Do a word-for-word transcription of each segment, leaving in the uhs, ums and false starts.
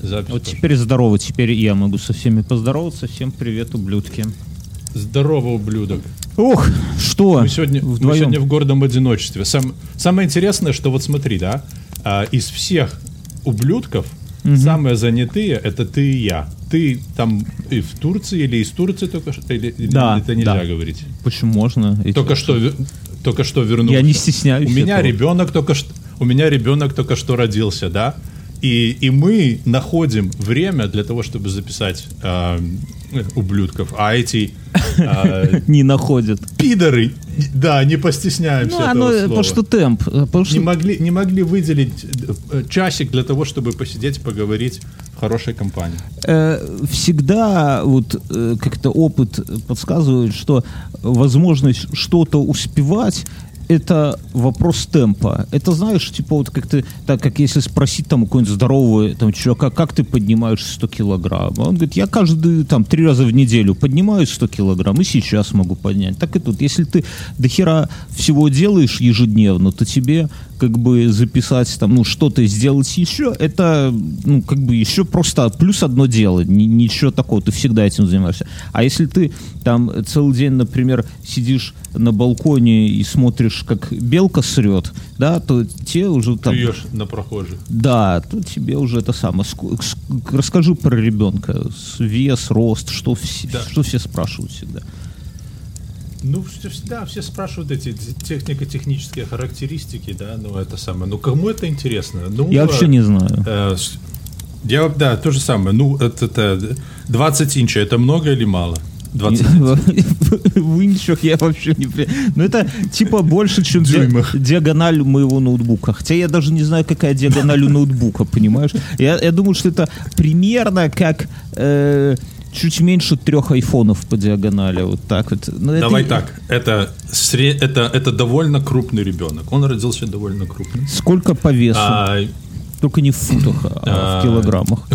Запись вот пошла. теперь здорово, теперь я могу со всеми поздороваться. Всем привет, ублюдки. Здорово, ублюдок. Ох, что? Мы сегодня, мы сегодня в гордом одиночестве. Сам, самое интересное, что вот смотри, да, а, из всех ублюдков угу. самые занятые это ты и я. Ты там и в Турции или из Турции только что? Или, да, это нельзя да. говорить? Почему можно? Только что, только что вернулся. Я не стесняюсь. У меня этого. ребенок только что, у меня ребенок только что родился, да? И, и мы находим время для того, чтобы записать э, ублюдков, а эти э, не находят. Пидоры, да, не постесняемся ну, этого оно, слова. Потому что темп. Потому что... Не, могли, не могли выделить часик для того, чтобы посидеть, поговорить в хорошей компании. Всегда вот как-то опыт подсказывает, что возможность что-то успевать это вопрос темпа. Это, знаешь, типа вот как ты, так как если спросить там у какого-нибудь здорового там чувака, как ты поднимаешь сто килограмм? Он говорит, я каждый там три раза в неделю поднимаю сто килограмм и сейчас могу поднять. Так и тут. Если ты до хера всего делаешь ежедневно, то тебе как бы записать там, ну, что-то сделать еще, это, ну, как бы еще просто плюс одно дело, Н- ничего такого, ты всегда этим занимаешься. А если ты там целый день, например, сидишь на балконе и смотришь, как белка срет, да, то тебе уже там... Плюешь на прохожих. Да, то тебе уже это самое. Расскажи про ребенка. Вес, рост, что все, да. что все спрашивают всегда. Ну, да, все спрашивают эти технико-технические характеристики, да, ну, это самое. Ну, кому это интересно? Ну, я вообще не знаю. Э, я, да, то же самое. Ну, это, это двадцать инчей, это много или мало? двадцать В инчах я вообще не... Ну, это типа больше, чем ди- диагональ моего ноутбука. Хотя я даже не знаю, какая диагональ у ноутбука, понимаешь? Я, я думаю, что это примерно как... Э- чуть меньше трех айфонов по диагонали, вот так вот. Но Давай это... так, это, это, это довольно крупный ребенок. Он родился довольно крупный. Сколько по весу? А... Только не в футах, а, а... в килограммах.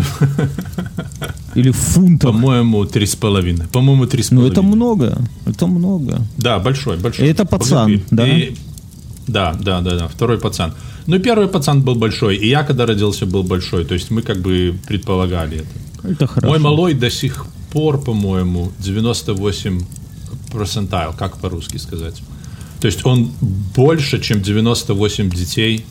Или в фунтах. По-моему, три с половиной. По-моему, три с половиной. Ну, это много. Это много. Да, большой, большой. Это пацан, Погоди. да? И... Да, да, да, да, второй пацан. Ну, первый пацан был большой, и я, когда родился, был большой. То есть мы как бы предполагали это. Это хорошо. Мой малой до сих пор, по-моему, девяносто восемь процентов, как по-русски сказать. То есть он больше, чем девяносто восемь детей.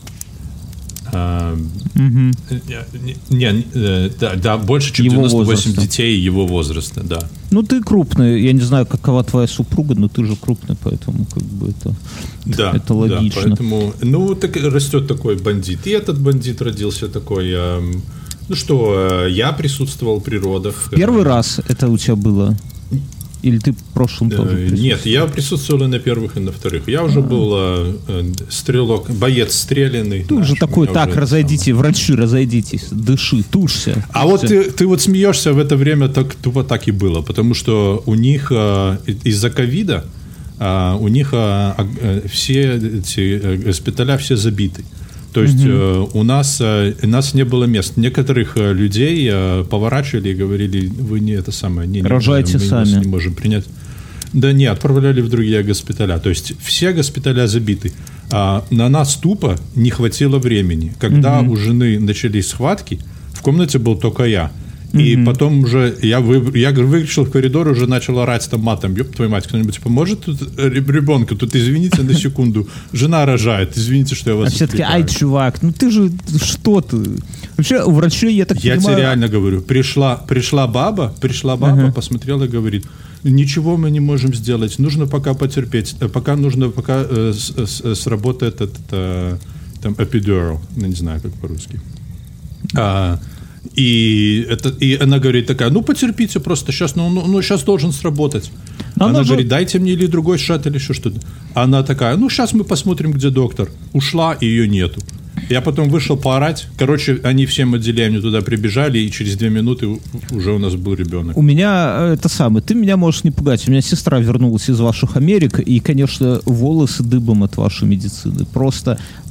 Э, угу. не, не, э, да, да, больше, чем его девяносто восемь возраста. Детей его возраста, да. Ну, ты крупный. Я не знаю, какова твоя супруга, но ты же крупный, поэтому как бы это, да, это логично. Да, поэтому, ну, так растет такой бандит. И этот бандит родился такой... Э, Ну что, я присутствовал при родах. Первый раз это у тебя было? Или ты в прошлом тоже присутствовал? Нет, я присутствовал и на первых, и на вторых. Я уже был э, стрелок, боец стрелянный. Ты уже такой, так, разойдитесь, врачи, разойдитесь, дыши, тушься. А вот ты, ты вот смеешься, в это время так, тупо так и было, потому что у них э, из-за ковида э, у них э, э, все эти госпиталя все забиты. То есть угу. э, у нас э, у нас не было мест. Некоторых э, людей э, поворачивали и говорили, вы не это самое, не, не рожайте можем, сами. Мы не можем принять. Да не, отправляли в другие госпиталя. То есть все госпиталя забиты. А на нас тупо не хватило времени. Когда угу. у жены начались схватки, в комнате был только я. И mm-hmm. потом уже я, вы, я выключил в коридор, уже начал орать там матом. Ёб твою мать, кто-нибудь поможет тут ребенка? Тут, извините, на секунду. Жена рожает, извините, что я вас... А все-таки, ай, чувак, ну ты же, что ты? Вообще, у врачей, я так я понимаю... Я тебе реально говорю. Пришла, пришла баба, пришла баба, uh-huh. посмотрела и говорит, ничего мы не можем сделать, нужно пока потерпеть, пока нужно, пока э, с, с, сработает этот, э, там, epidural, не знаю, как по-русски. А... И, это, и она говорит такая, ну потерпите просто, сейчас, ну, ну, ну сейчас должен сработать. Но она, она говорит, же... дайте мне или другой шат, или еще что-то. Она такая, ну сейчас мы посмотрим, где доктор. Ушла, и ее нету. Я потом вышел поорать. Короче, они всем отделением туда прибежали, и через две минуты уже у нас был ребенок. У меня это самое, ты меня можешь не пугать. У меня сестра вернулась из ваших Америк, и, конечно, волосы дыбом от вашей медицины. Просто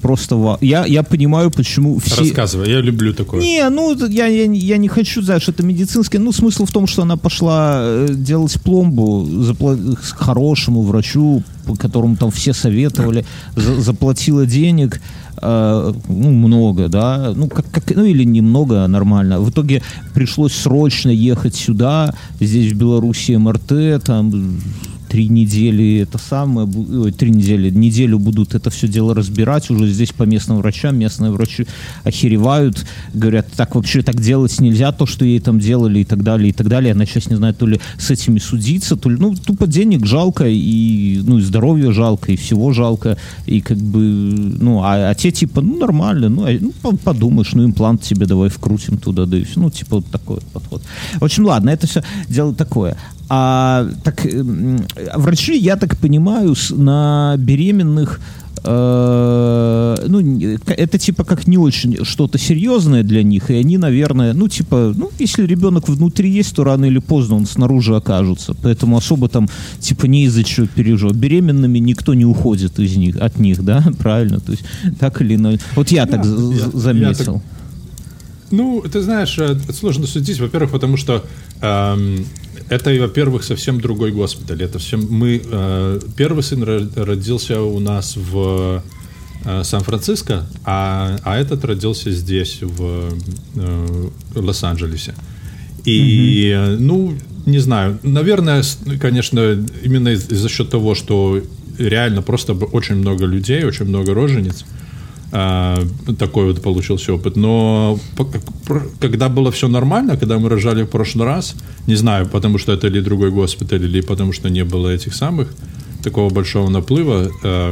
просто... Я, я понимаю, почему все... Рассказывай, я люблю такое. Не, ну, я, я, я не хочу, знаешь, это медицинское. Ну, смысл в том, что она пошла делать пломбу запла- к хорошему врачу, по которому там все советовали, за- заплатила денег, э, ну, много, да, ну, как, как, ну, или немного, нормально. В итоге пришлось срочно ехать сюда, здесь в Беларуси эм эр тэ, там... Три недели это самое, ой, три недели, неделю будут это все дело разбирать уже здесь по местным врачам, местные врачи охеревают, говорят, так вообще так делать нельзя, то, что ей там делали и так далее, и так далее. Она сейчас не знает, то ли с этими судиться, то ли, ну, тупо денег жалко, и, ну, и здоровья жалко, и всего жалко, и как бы, ну, а, а те типа, ну, нормально, ну, ну, подумаешь, ну, имплант тебе давай вкрутим туда, да и все, ну, типа вот такой вот подход. В общем, ладно, это все дело такое. А так врачи, я так понимаю, на беременных, э, ну, это типа как не очень что-то серьезное для них, и они, наверное, ну, типа, ну, если ребенок внутри есть, то рано или поздно он снаружи окажется, поэтому особо там, типа, не из-за чего переживать. Беременными никто не уходит из них, от них, да, правильно, то есть так или иначе. Вот я да, так я, заметил. Я так... Ну, ты знаешь, это сложно судить, во-первых, потому что эм, это, во-первых, совсем другой госпиталь. Это всем мы э, первый сын родился у нас в э, Сан-Франциско, а, а этот родился здесь, в э, Лос-Анджелесе. И, mm-hmm. ну, не знаю, наверное, конечно, именно из- за счет того, что реально просто очень много людей, очень много рожениц, такой вот получился опыт. Но когда было все нормально, когда мы рожали в прошлый раз, не знаю, потому что это или другой госпиталь, или потому что не было этих самых, такого большого наплыва,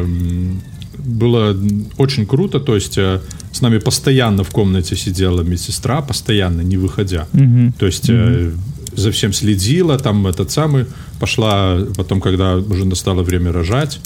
было очень круто. То есть с нами постоянно в комнате сидела медсестра, постоянно, не выходя. Mm-hmm. То есть mm-hmm. за всем следила, там этот самый, пошла потом, когда уже настало время рожать,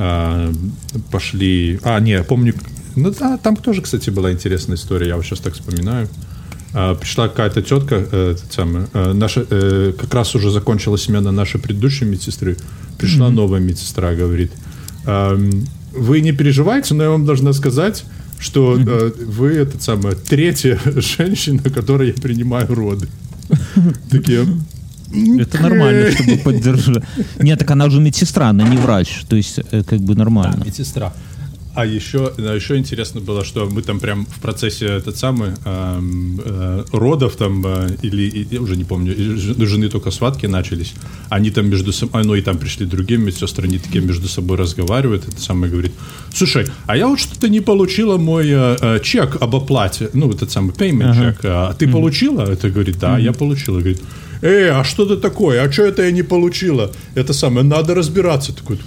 пошли... А, не, помню... Ну да, там тоже, кстати, была интересная история, я вот сейчас так вспоминаю. А, пришла какая-то тетка, э, самая, э, наша, э, как раз уже закончилась смена нашей предыдущей медсестры, пришла mm-hmm. новая медсестра, говорит, э, вы не переживайте, но я вам должна сказать, что mm-hmm. э, вы, это самое, третья женщина, которой я принимаю роды. Такие... Это нормально, чтобы поддержать. Нет, так она же медсестра, она не врач, то есть как бы нормально. Да, медсестра. А еще, еще интересно было, что мы там прям в процессе этот самый э, э, родов там, э, или, я уже не помню, жены только схватки начались, они там между собой, ну и там пришли другие медсестры, они такие между собой разговаривают, это самое говорит, слушай, а я вот что-то не получила мой э, чек об оплате, ну этот самый payment ага. чек, а ты mm-hmm. получила? Это говорит, да, mm-hmm. я получила, говорит, эй, а что это такое, а что это я не получила? Это самое, надо разбираться, такой.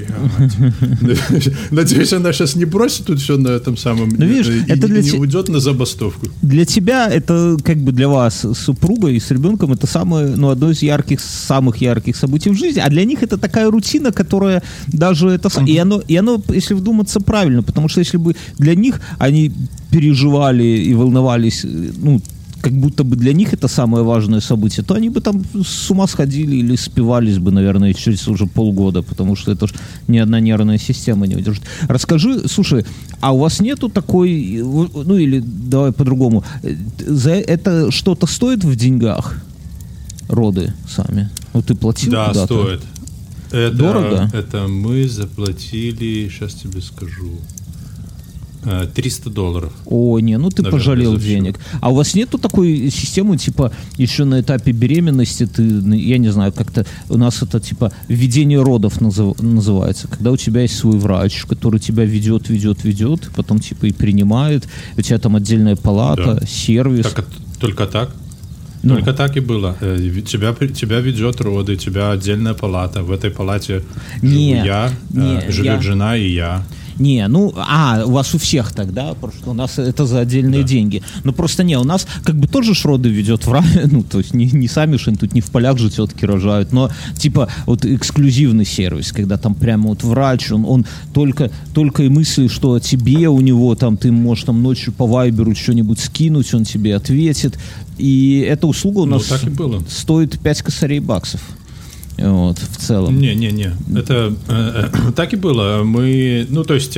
Надеюсь, она сейчас не бросит тут все на этом самом, ну, видишь, и это для не те... уйдет на забастовку. Для тебя это, как бы для вас с супругой и с ребенком, это самое, ну, одно из ярких, самых ярких событий в жизни, а для них это такая рутина, которая даже это... Mm-hmm. И, оно, и оно, если вдуматься, правильно, потому что если бы для них они переживали и волновались, ну, как будто бы для них это самое важное событие, то они бы там с ума сходили или спивались бы, наверное, через уже полгода, потому что это ж ни одна нервная система не удержит. Расскажи, слушай, а у вас нету такой, ну или давай по-другому, за это что-то стоит в деньгах? Роды сами? Ну ты платил да, куда-то? Да, стоит. Это, дорого? Это мы заплатили, сейчас тебе скажу, триста долларов. О, не, ну ты наверное, пожалел денег. А у вас нету такой системы, типа, еще на этапе беременности, ты, я не знаю, как-то у нас это, типа, введение родов назыв, называется, когда у тебя есть свой врач, который тебя ведет, ведет, ведет, потом, типа, и принимает, у тебя там отдельная палата, да. сервис. Так, только так? Ну. Только так и было. Тебя, тебя ведет роды, тебя отдельная палата, в этой палате не, живу я, не, живет я... жена и я. Не, ну, а, у вас у всех тогда, потому что у нас это за отдельные да. деньги. Но просто не, у нас как бы тоже ж роды ведет врач, ну, то есть не, не сами же, тут не в полях же тетки рожают, но типа вот эксклюзивный сервис, когда там прямо вот врач, он, он только, только и мысли, что о тебе у него там, ты можешь там ночью по вайберу что-нибудь скинуть, он тебе ответит. И эта услуга у нас ну, так и было. Стоит пять косарей баксов. Вот, в целом. Не-не-не, это э, э, так и было. Мы, ну, то есть, э,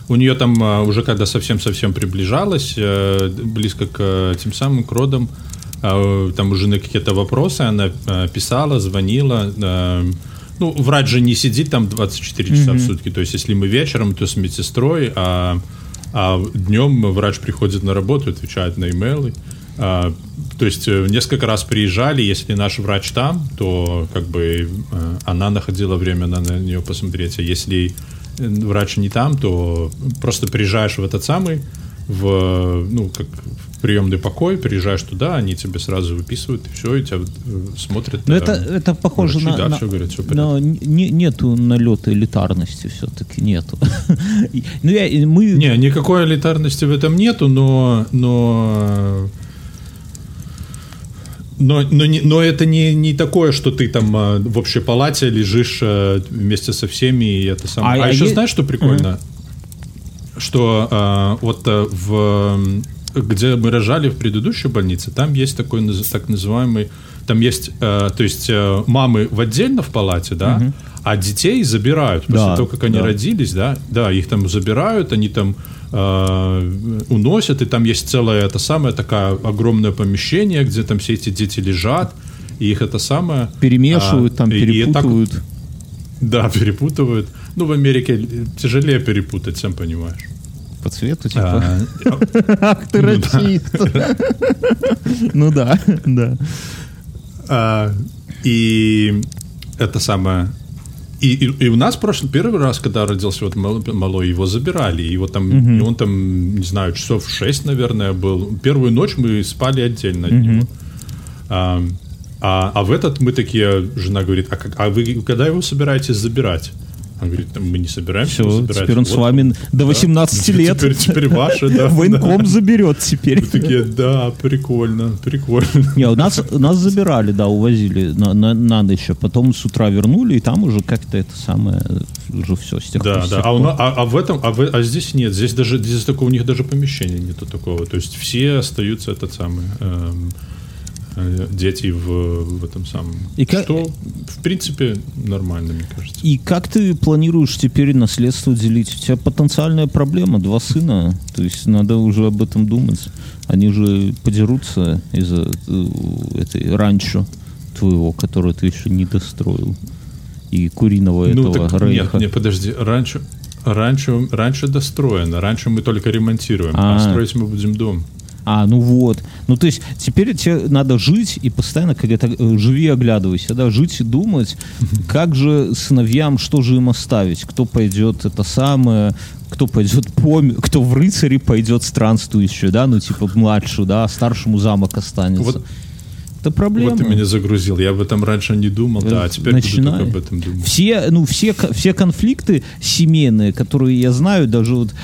у нее там уже когда совсем-совсем приближалась, близко к тем самым к родам, там уже на какие-то вопросы она писала, звонила. Ну, врач же не сидит там двадцать четыре часа mm-hmm. в сутки. То есть, если мы вечером, то с медсестрой, а, а днем врач приходит на работу, отвечает на имейлы. А, то есть, несколько раз приезжали. Если наш врач там, то как бы она находила время на, на нее посмотреть. А если врач не там, то просто приезжаешь в этот самый, в, ну, как в приемный покой, приезжаешь туда, они тебе сразу выписывают, и все, и тебя смотрят. Но это, это похоже врачи, на... да, на, все говорят, все на не, нету налета элитарности все-таки, нету. ну, я, мы... Не, никакой элитарности в этом нету, но... но... Но, но, не, но это не, не такое, что ты там в общей палате лежишь вместе со всеми, и это самое. А, а, а еще е... знаешь, что прикольно? Uh-huh. Что а, вот в... где мы рожали в предыдущей больнице, там есть такой так называемый... Там есть, а, то есть мамы в отдельно в палате, да, uh-huh. а детей забирают после да, того, как они да. родились, да, да, их там забирают, они там уносят, и там есть целое это самое такое огромное помещение, где там все эти дети лежат, и их это самое перемешивают, а, там перепутывают. Так, да, перепутывают. Ну, в Америке тяжелее перепутать, сам понимаешь. По цвету, типа. Ах ты расист. Ну да, да. И это самое. И, и, и у нас прошлый первый раз, когда родился вот малой, его забирали, и вот там, uh-huh. и он там, не знаю, часов шесть, наверное, был. Первую ночь мы спали отдельно от uh-huh. него. А, а, а в этот мы такие, жена говорит, а, как, а вы когда его собираетесь забирать? Он говорит, мы не собираемся Все, его забирать. Теперь он вот, с вами до восемнадцати да, лет. Теперь, теперь ваше, да. Военком да. заберет теперь. Мы такие, да, прикольно, прикольно. Не, у нас, нас забирали, да, увозили на, на, на ночь, а потом с утра вернули, и там уже как-то это самое, уже все, с тех да, пор. Да, а, у, а, а в этом, а, в, а здесь нет, здесь даже, здесь такого, у них даже помещения нету такого, то есть все остаются этот самый... Эм, дети в, в этом самом. И как... Что, в принципе, нормально, мне кажется. И как ты планируешь теперь наследство делить? У тебя потенциальная проблема, два сына, то есть надо уже об этом думать. Они же подерутся из-за этой ранчо твоего, которое ты еще не достроил. И куриного ну, этого так, рейха. Нет, нет, подожди, ранчо, ранчо, ранчо достроено, раньше мы только ремонтируем, а, а строить мы будем дом. А, ну вот. Ну, то есть, теперь тебе надо жить и постоянно, как это, живи, оглядывайся, да, жить и думать, как же сыновьям, что же им оставить, кто пойдет это самое, кто пойдет по, кто в рыцари пойдет странствующий, да, ну, типа, младший, да, а старшему замок останется. Вот. Это проблема. Вот ты меня загрузил. Я об этом раньше не думал, да, а теперь буду только об этом думать. Все, ну, все, все конфликты семейные, которые я знаю, даже вот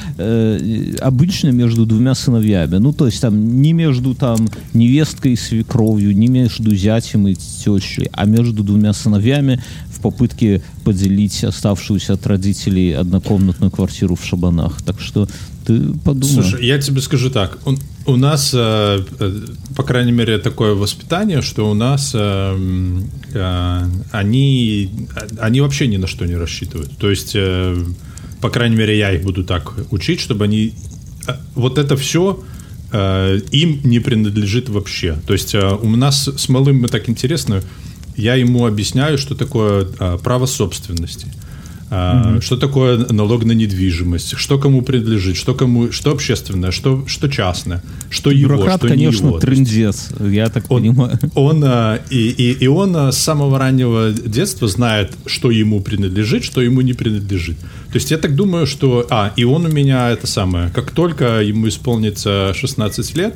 э, обычно между двумя сыновьями, ну, то есть там не между там невесткой и свекровью, не между зятем и тещей, а между двумя сыновьями в попытке поделить оставшуюся от родителей однокомнатную квартиру в Шабанах. Так что ты подумай. Слушай, я тебе скажу так. Он, у нас, э, э, по крайней мере, такое воспитание, что у нас э, э, они, они вообще ни на что не рассчитывают. То есть, э, по крайней мере, я их буду так учить, чтобы они... Э, вот это все э, им не принадлежит вообще. То есть, э, у нас с малым так интересно... Я ему объясняю, что такое а, право собственности, а, mm-hmm. что такое налог на недвижимость, что кому принадлежит, что кому, что общественное, что, что частное, что его, бюрократ, что конечно, не его. трындец, я так он, понимаю. Он, и, и, и он с самого раннего детства знает, что ему принадлежит, что ему не принадлежит. То есть я так думаю, что... А, и он у меня это самое, как только ему исполнится шестнадцать лет,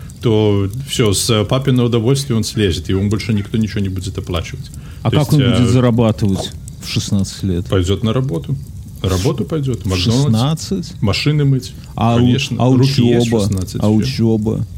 то все, с папиного удовольствия он слезет, и ему больше никто ничего не будет оплачивать. А то как есть, он будет а... зарабатывать в шестнадцать лет? Пойдет на работу. На работу пойдет. В шестнадцать? Машины мыть. А, конечно. А учеба? А учеба?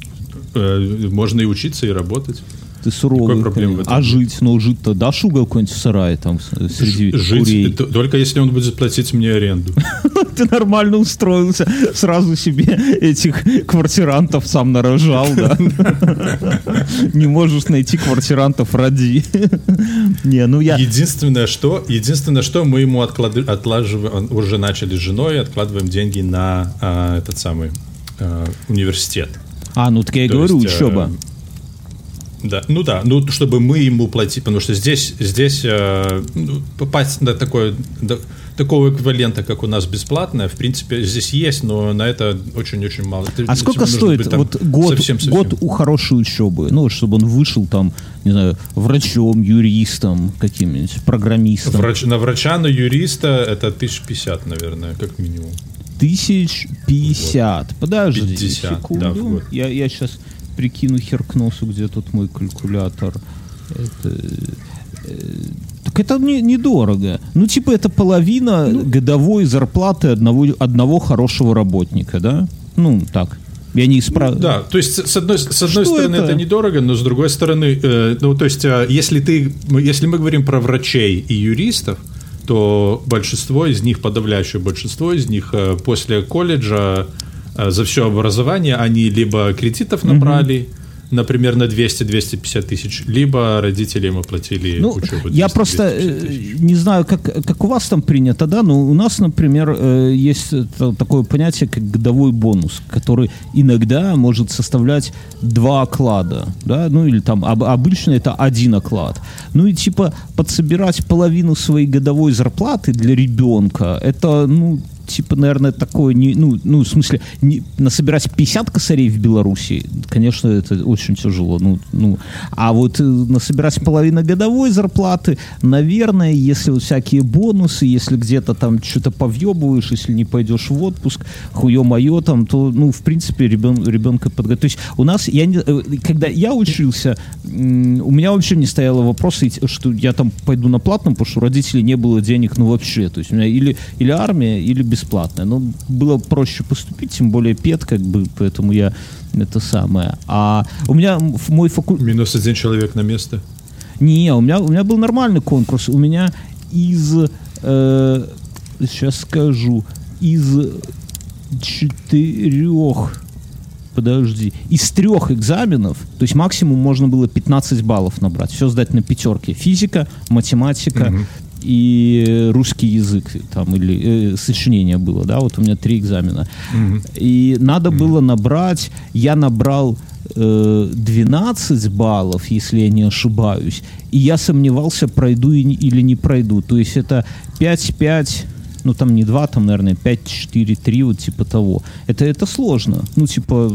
Можно и учиться, и работать. Ты суровый. А жить? Ну, жить-то дашь угол какой-нибудь в сарае там среди жить, курей? Только если он будет платить мне аренду. Ты нормально устроился. Сразу себе этих квартирантов сам нарожал, да? Не можешь найти квартирантов, роди. Не, ну я... Единственное, что, единственное, что мы ему отклад... отлаживаем, уже начали с женой, откладываем деньги на а, этот самый а, университет. А, ну так я и То говорю, есть, учеба. Э, да, ну да, ну чтобы мы ему платили, потому что здесь, здесь э, ну, попасть на такое, да, такого эквивалента, как у нас бесплатное, в принципе, здесь есть, но на это очень-очень мало. А Ты, сколько стоит быть, там, вот год, совсем, совсем. год у хорошей учебы? Ну, чтобы он вышел там, не знаю, врачом, юристом, каким-нибудь, программистом. Врач, на врача, на юриста это тысяч пятьдесят, наверное, как минимум. Тысяч пятьдесят. Вот. Подожди пятьдесят, секунду. да, вот. я, я сейчас прикину хер к носу, где тут мой калькулятор. Это... Так это не, недорого. Ну, типа, это половина ну, годовой зарплаты одного, одного хорошего работника, да? Ну, так. Я не исправ... ну, да, то есть, с одной, с одной стороны, это? это недорого, но с другой стороны, э, ну, то есть, э, если, ты, если мы говорим про врачей и юристов, то большинство из них, подавляющее большинство из них э, после колледжа э, за все образование они либо кредитов набрали, mm-hmm. например, на двести - двести пятьдесят тысяч, либо родители им оплатили ну, учебу. Я просто не знаю, как, как у вас там принято, да, но у нас, например, есть такое понятие, как годовой бонус, который иногда может составлять два оклада, да, ну или там обычно это один оклад. Ну и типа подсобирать половину своей годовой зарплаты для ребенка, это, ну, типа, наверное, такое, не, ну, ну, в смысле, не, насобирать пятьдесят косарей в Беларуси, конечно, это очень тяжело, ну, ну, а вот насобирать половину годовой зарплаты, наверное, если вот всякие бонусы, если где-то там что-то повъебываешь, если не пойдешь в отпуск, хуё-моё там, то, ну, в принципе, ребен, ребенка подготовить. То есть у нас, я не, когда я учился, у меня вообще не стояло вопроса, что я там пойду на платном, потому что у родителей не было денег, ну, вообще, то есть у меня или, или армия, или бесплатное. Но было проще поступить, тем более пед, как бы, поэтому я это самое. А у меня мой факультет... Минус один человек на место? Не, у меня, у меня был нормальный конкурс. У меня из... Э, сейчас скажу. Из четырех... Подожди. Из трех экзаменов, то есть максимум можно было пятнадцать баллов набрать. Все сдать на пятерке. Физика, математика... Угу. И русский язык там, или э, сочинение было, да, вот у меня три экзамена. Mm-hmm. И надо mm-hmm. было набрать, я набрал э, двенадцать баллов, если я не ошибаюсь, и я сомневался, пройду и, или не пройду. То есть это пять-пять, ну там не два, там, наверное, пять-четыре-три, вот типа того. Это, это сложно, ну типа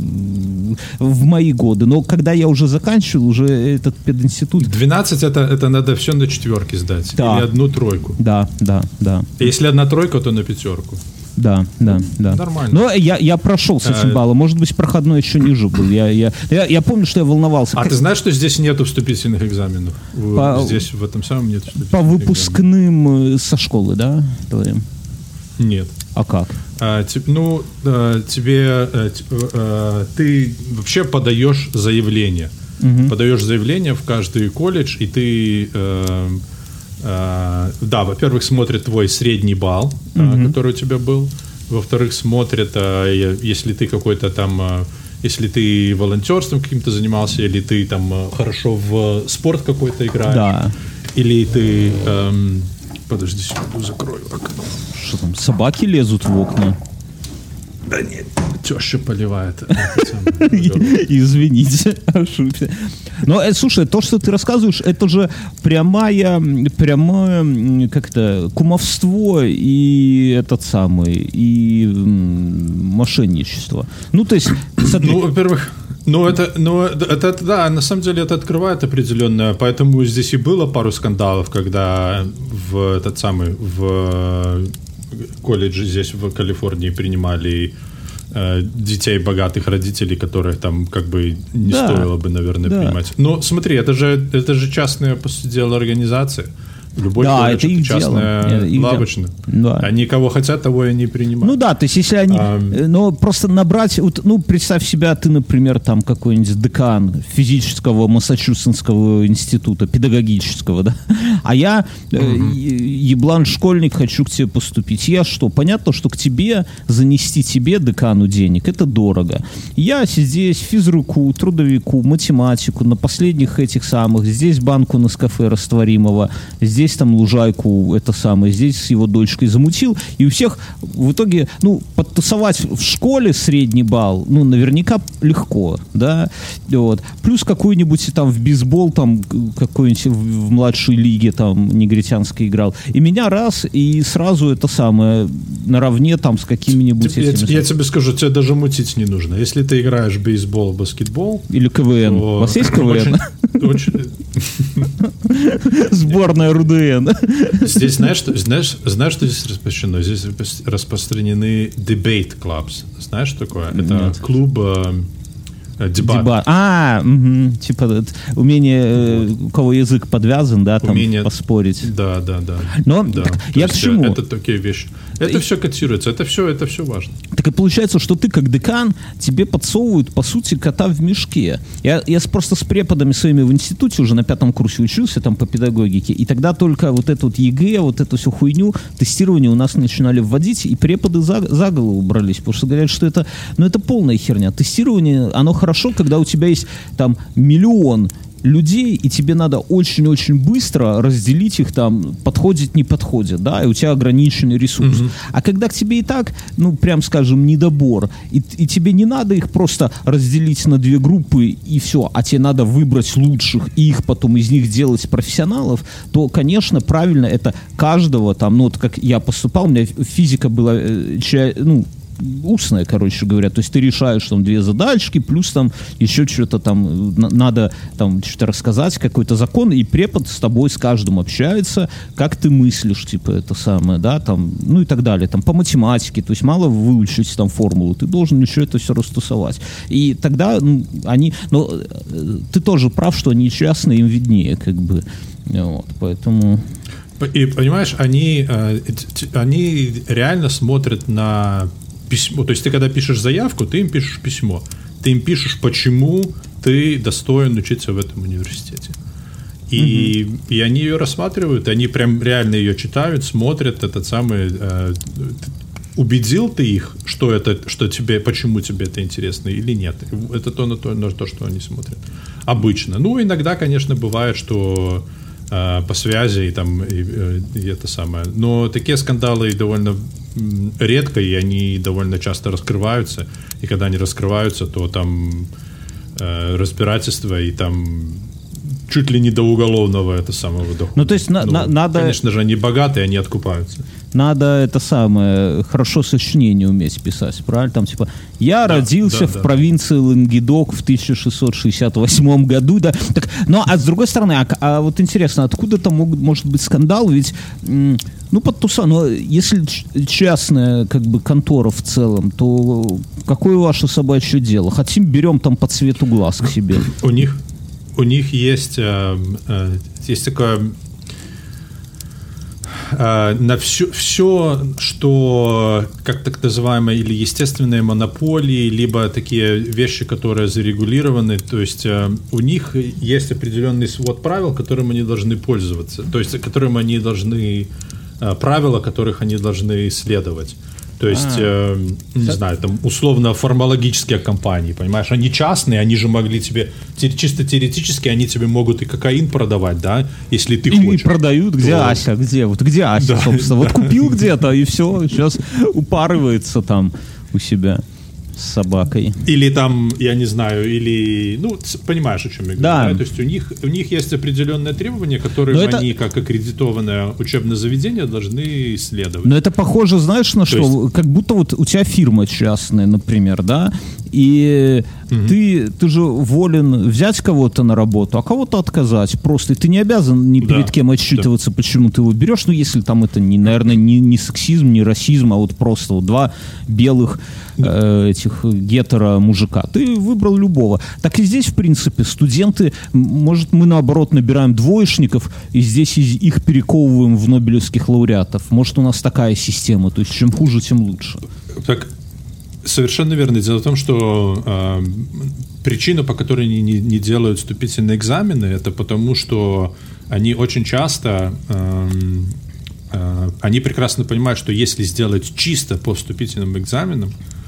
в мои годы. Но когда я уже заканчивал, уже этот пединститут... двенадцать это, это надо все на четверке сдать. Да. Или одну тройку. Да, да, да. Если одна тройка, то на пятерку. Да, да, ну, да. Нормально. Но я, я прошел с этим а, баллом. Может быть, проходной еще ниже был. Я, я, я, я помню, что я волновался. А как... ты знаешь, что здесь нету вступительных экзаменов? По, здесь в этом самом нет вступительных По выпускным экзаменов. Со школы, да? Твоим? Нет. А как? А, тип, ну, а, тебе... А, тип, а, ты вообще подаешь заявление. Угу. Подаешь заявление в каждый колледж, и ты... А, Uh, да, во-первых, смотрят твой средний балл, uh, uh, который у тебя был. Во-вторых, смотрят, uh, если ты какой-то там, uh, если ты волонтерством каким-то занимался, или ты там uh, хорошо в спорт какой-то играешь, да. Или ты... Um, подожди, секунду, закрою окно. Что там, собаки лезут в окна? Да нет, теща поливает. Извините, ошибся. Но, слушай, то, что ты рассказываешь, это же прямая, прямое, как-то, кумовство и этот самый, и мошенничество. Ну, то есть... Ну, во-первых... Ну, это, ну, это, это, да, на самом деле это открывает определенное, поэтому здесь и было пару скандалов, когда в этот самый, в колледже здесь в Калифорнии принимали э, детей богатых родителей, которых там как бы не да. стоило бы, наверное, да. принимать. Но смотри, это же, это же частная, по сути дела, организация. Любой да, человек, это их частная дело. лавочная. Да. Они кого хотят, того и они принимают. Ну да, то есть если они... А... Но просто набрать... Вот, ну, представь себя, ты, например, там какой-нибудь декан физического Массачусетского института, педагогического, да? А я, угу. э, еблан-школьник, хочу к тебе поступить. Я что? Понятно, что к тебе занести тебе, декану, денег, это дорого. Я здесь физруку, трудовику, математику, на последних этих самых, здесь банку Нескафе растворимого, здесь там лужайку, это самое, здесь с его дочкой замутил, и у всех в итоге, ну, подтасовать в школе средний балл, ну, наверняка легко, да, вот. Плюс какой-нибудь там в бейсбол, там, какой-нибудь в младшей лиге, там, негритянской играл, и меня раз, и сразу это самое, наравне там с какими-нибудь я, этими... Я тебе скажу, тебе даже мутить не нужно. Если ты играешь в бейсбол, баскетбол... Или КВН. То... У вас есть КВН? Сборная РУДН. Здесь, знаешь, что, знаешь, знаешь, что здесь распространено? Здесь распространены debate clubs. Знаешь, что такое? Это Нет. клуб э, дебат. Дебат. А, угу. Типа умение, э, у кого язык подвязан, да, там умение... поспорить. Да, да, да. Но да. Так, я к чему? Это такие вещи. Это и... все котируется, это все, это все важно. Так и получается, что ты как декан, тебе подсовывают, по сути, кота в мешке. Я, я просто с преподами своими в институте уже на пятом курсе учился там по педагогике, и тогда только вот это вот ЕГЭ, вот эту всю хуйню, тестирование у нас начинали вводить, и преподы за, за голову брались, потому что говорят, что это, ну, это полная херня. Тестирование, оно хорошо, когда у тебя есть там миллион людей, и тебе надо очень-очень быстро разделить их там, подходит, не подходит, да, и у тебя ограниченный ресурс. Mm-hmm. А когда к тебе и так, ну, прям скажем, недобор, и, и тебе не надо их просто разделить на две группы и все, а тебе надо выбрать лучших и их потом из них делать профессионалов, то, конечно, правильно это каждого там, ну, вот как я поступал, у меня физика была, ну, устная, короче говоря, то есть ты решаешь там две задачки, плюс там еще что-то там на- надо там что-то рассказать, какой-то закон, и препод с тобой, с каждым общается, как ты мыслишь, типа, это самое, да, там, ну и так далее, там, по математике, то есть мало выучить там формулу, ты должен еще это все растусовать. И тогда, ну, они, но ты тоже прав, что они частные, им виднее, как бы, вот, поэтому... И, понимаешь, они, они реально смотрят на письмо. То есть ты, когда пишешь заявку, ты им пишешь письмо. Ты им пишешь, почему ты достоин учиться в этом университете. И, угу. и они ее рассматривают, они прям реально ее читают, смотрят, этот самый... Э, убедил ты их, что это, что тебе, почему тебе это интересно или нет. Это то на, то, на то, что они смотрят. Обычно. Ну, иногда, конечно, бывает, что по связи и там и, и это самое. Но такие скандалы довольно редко, и они довольно часто раскрываются. И когда они раскрываются, то там э, разбирательство и там чуть ли не до уголовного это самого дохода. Ну, то есть на, ну, на, надо... Конечно же, они богатые, они откупаются. Надо это самое, хорошо сочинение уметь писать, правильно? Там типа, я да, родился да, в да. провинции Лангедок в тысяча шестьсот шестьдесят восьмом году, да. Так, ну, а с другой стороны, а, а вот интересно, откуда там мог, может быть скандал? Ведь, м, ну, подтуса, но если частная, как бы, контора в целом, то какое ваше собачье дело? Хотим, берем там по цвету глаз к себе. У них, у них есть, э, э, есть такое... на все, все, что как так называемые или естественные монополии, либо такие вещи, которые зарегулированы, то есть у них есть определенный свод правил, которым они должны пользоваться, то есть которым они должны, правила, которых они должны следовать. То есть, э, не так. знаю, там условно-формологические компании, понимаешь, они частные, они же могли тебе, чисто теоретически, они тебе могут и кокаин продавать, да, если ты и хочешь. И продают, где то... Ася, где, вот где Ася, да, собственно, да. Вот купил где-то, и все, сейчас упарывается там у себя с собакой. Или там, я не знаю, или, ну, понимаешь, о чем я говорю, да. да? То есть у них, у них есть определенные требования, которые это... они, как аккредитованное учебное заведение, должны исследовать. Но это похоже, знаешь, на То что? Есть... Как будто вот у тебя фирма частная, например, да, И угу. ты, ты же волен взять кого-то на работу, а кого-то отказать. Просто и ты не обязан ни перед да. кем отчитываться, да. почему ты его берешь. Ну, если там это, не, наверное, не, не сексизм, не расизм, а вот просто вот два белых э, этих гетеро-мужика. Ты выбрал любого. Так и здесь, в принципе, студенты, может, мы, наоборот, набираем двоечников, и здесь их перековываем в нобелевских лауреатов. Может, у нас такая система. То есть, чем хуже, тем лучше. Так, совершенно верно. Дело в том, что э, причина, по которой они не, не делают вступительные экзамены, это потому, что они очень часто... Э, э, они прекрасно понимают, что если сделать чисто по вступительным экзаменам,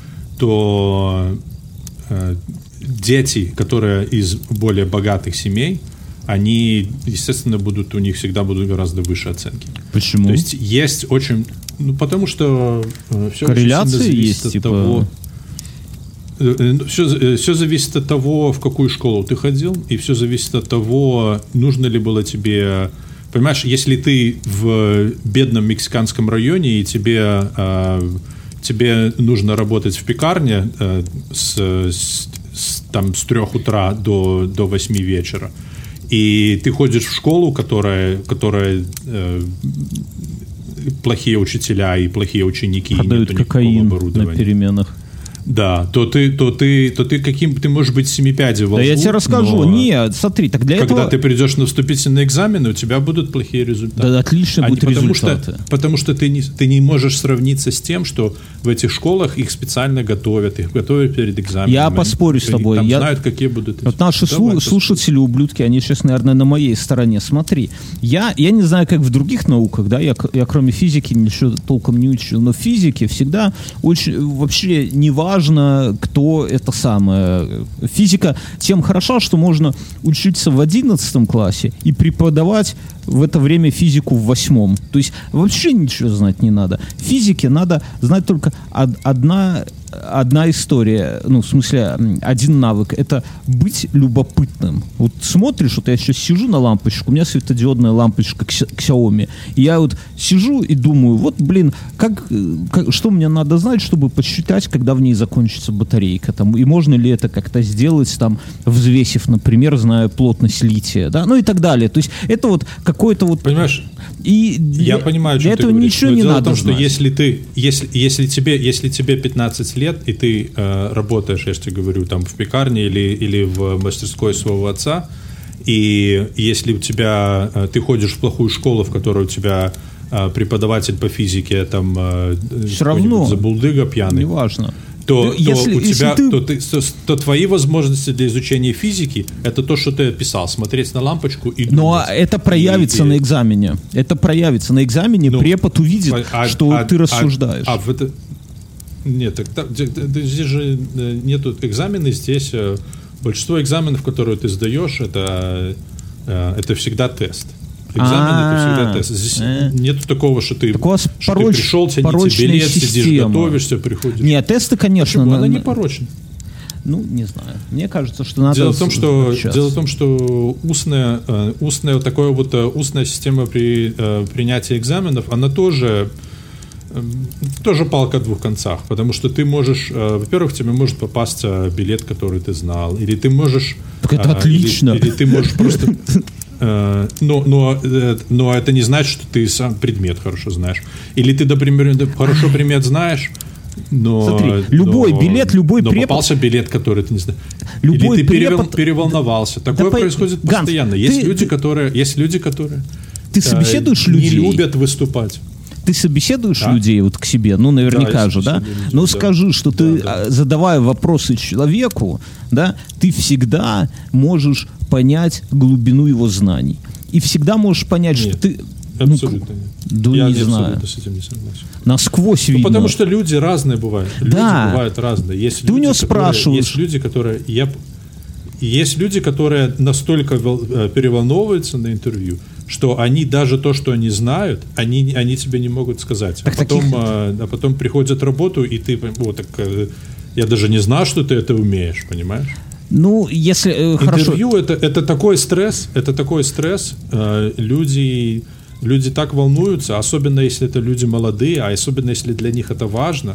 то э, дети, которые из более богатых семей, они, естественно, будут, у них всегда будут гораздо выше оценки. Почему? То есть есть очень... Ну, потому что э, все корреляция зависит есть, от типа... того... Э, все, все зависит от того, в какую школу ты ходил, и все зависит от того, нужно ли было тебе... Понимаешь, если ты в бедном мексиканском районе, и тебе, э, тебе нужно работать в пекарне э, с, с, с, там, с трех утра до, до восьми вечера, и ты ходишь в школу, которая... которая э, плохие учителя и плохие ученики, продают и кокаин на переменах. Да, то ты, то ты, то ты каким ты можешь быть семипядей во лбу. Да я тебе расскажу. Нет, смотри, так для когда этого... ты придешь на вступительные экзамены, у тебя будут плохие результаты. Да, отлично будут потому результаты. Что, потому что ты не, ты не можешь сравниться с тем, что в этих школах их специально готовят, их готовят перед экзаменом. Я поспорю с тобой. Там я... знают, какие будут... Вот наши Давай, слушатели, ублюдки, они сейчас, наверное, на моей стороне. Смотри, я, я не знаю, как в других науках, да, я, я кроме физики ничего толком не учил, но в физике всегда очень вообще не важно, кто это самое. Физика тем хороша, что можно учиться в одиннадцатом классе и преподавать в это время физику в восьмом. То есть вообще ничего знать не надо. В физике надо знать только од- одна, одна история, ну, в смысле, один навык. Это быть любопытным. Вот смотришь, вот я сейчас сижу на лампочку, у меня светодиодная лампочка к Xiaomi, и я вот сижу и думаю, вот, блин, как, как, что мне надо знать, чтобы посчитать, когда в ней закончится батарейка, там, и можно ли это как-то сделать, там, взвесив, например, зная плотность лития, да, ну и так далее. То есть это вот какой-то вот... Понимаешь, и я для, понимаю, для что этого ты говоришь. ничего Но не дело надо в том, что знать. если ты, если, если тебе, если тебе пятнадцать лет, и ты э, работаешь, я же тебе говорю, там, в пекарне или, или в мастерской своего отца, и если у тебя, э, ты ходишь в плохую школу, в которой у тебя э, преподаватель по физике, там, э, все равно, забулдыга пьяный, неважно. То, то, если, у тебя, ты... то, ты, то, то твои возможности для изучения физики — это то, что ты описал, смотреть на лампочку и думать. Но это проявится и, на экзамене. Это проявится на экзамене, ну, препод увидит, а, что а, ты рассуждаешь. А, а в это... Нет, так, так, здесь же нету экзамена, здесь большинство экзаменов, которые ты сдаешь, это, это всегда тест. Экзамен — это всегда тест. Здесь э. нет такого, что ты, что пороч, ты пришел, тянете билет, система. Сидишь, готовишься, приходишь. Нет, тесты, конечно. Почему? На, Она не порочна. Ну, не знаю. Мне кажется, что надо... Дело в том, что, дело в том, что устная, устная, такое вот, устная система при принятии экзаменов, она тоже... тоже палка о двух концах, потому что ты можешь, во-первых, тебе может попасться билет, который ты знал, или ты можешь... Так это а, отлично. Или, или ты можешь просто... Но, но, но это не значит, что ты сам предмет хорошо знаешь. Или ты, например, хорошо предмет знаешь, но... Смотри, любой но, билет, любой но препод... попался билет, который ты не знаешь. Любой Или ты препод... переволновался. Такое да происходит по... постоянно. Ганс, есть, ты... люди, которые, есть люди, которые... Ты собеседуешь не людей? Не любят выступать. Ты собеседуешь да. людей вот к себе, ну, наверняка да, же, да? Людей, Ну, да. скажи, что да, ты, да. задавая вопросы человеку, да, ты всегда можешь понять глубину его знаний. И всегда можешь понять, нет, что ты... Абсолютно ну, нет. Да Я не знаю. абсолютно с этим не согласен. Насквозь ну, видно. Потому что люди разные бывают. Люди да. бывают разные. Есть ты люди, у него которые, спрашиваешь. Есть люди, которые... Я, есть люди, которые настолько переволновываются на интервью, что они даже то, что они знают, они, они тебе не могут сказать. Так а, потом, таких... а, а потом приходят работу, и ты... Вот, так, я даже не знал, что ты это умеешь, понимаешь? Ну, если... Э, Интервью хорошо. это, это такой стресс, это такой стресс. Э, люди, люди так волнуются, особенно если это люди молодые, а особенно если для них это важно,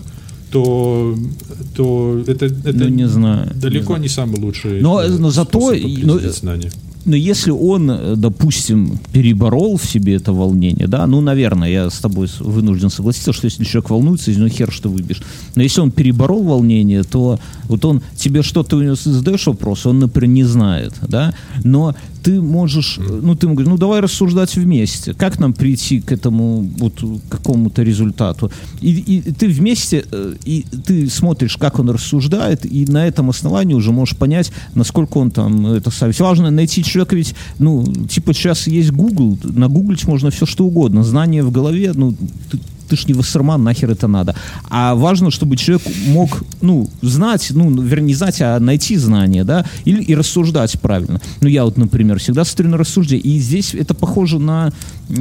то, то это, это ну, не знаю, далеко не, не знаю. самый лучший но, но зато, но, знания. Но если он, допустим, переборол в себе это волнение, да, ну, наверное, я с тобой вынужден согласиться, что если человек волнуется, ну, хер что выбьешь. Но если он переборол волнение, то вот он, тебе что-то у него задаешь вопрос, он, например, не знает, да, но ты можешь, ну, ты ему говоришь, ну, давай рассуждать вместе, как нам прийти к этому, вот, к какому-то результату. И, и ты вместе, и ты смотришь, как он рассуждает, и на этом основании уже можешь понять, насколько он там, это совсем важно найти человека, ведь, ну, типа, сейчас есть Google, нагуглить можно все, что угодно, знания в голове, ну, ты, ты ж не вассерман, нахер это надо. А важно, чтобы человек мог, ну, знать, ну, вернее, не знать, а найти знания, да, или и рассуждать правильно. Ну, я вот, например, всегда смотрю на рассуждение, и здесь это похоже на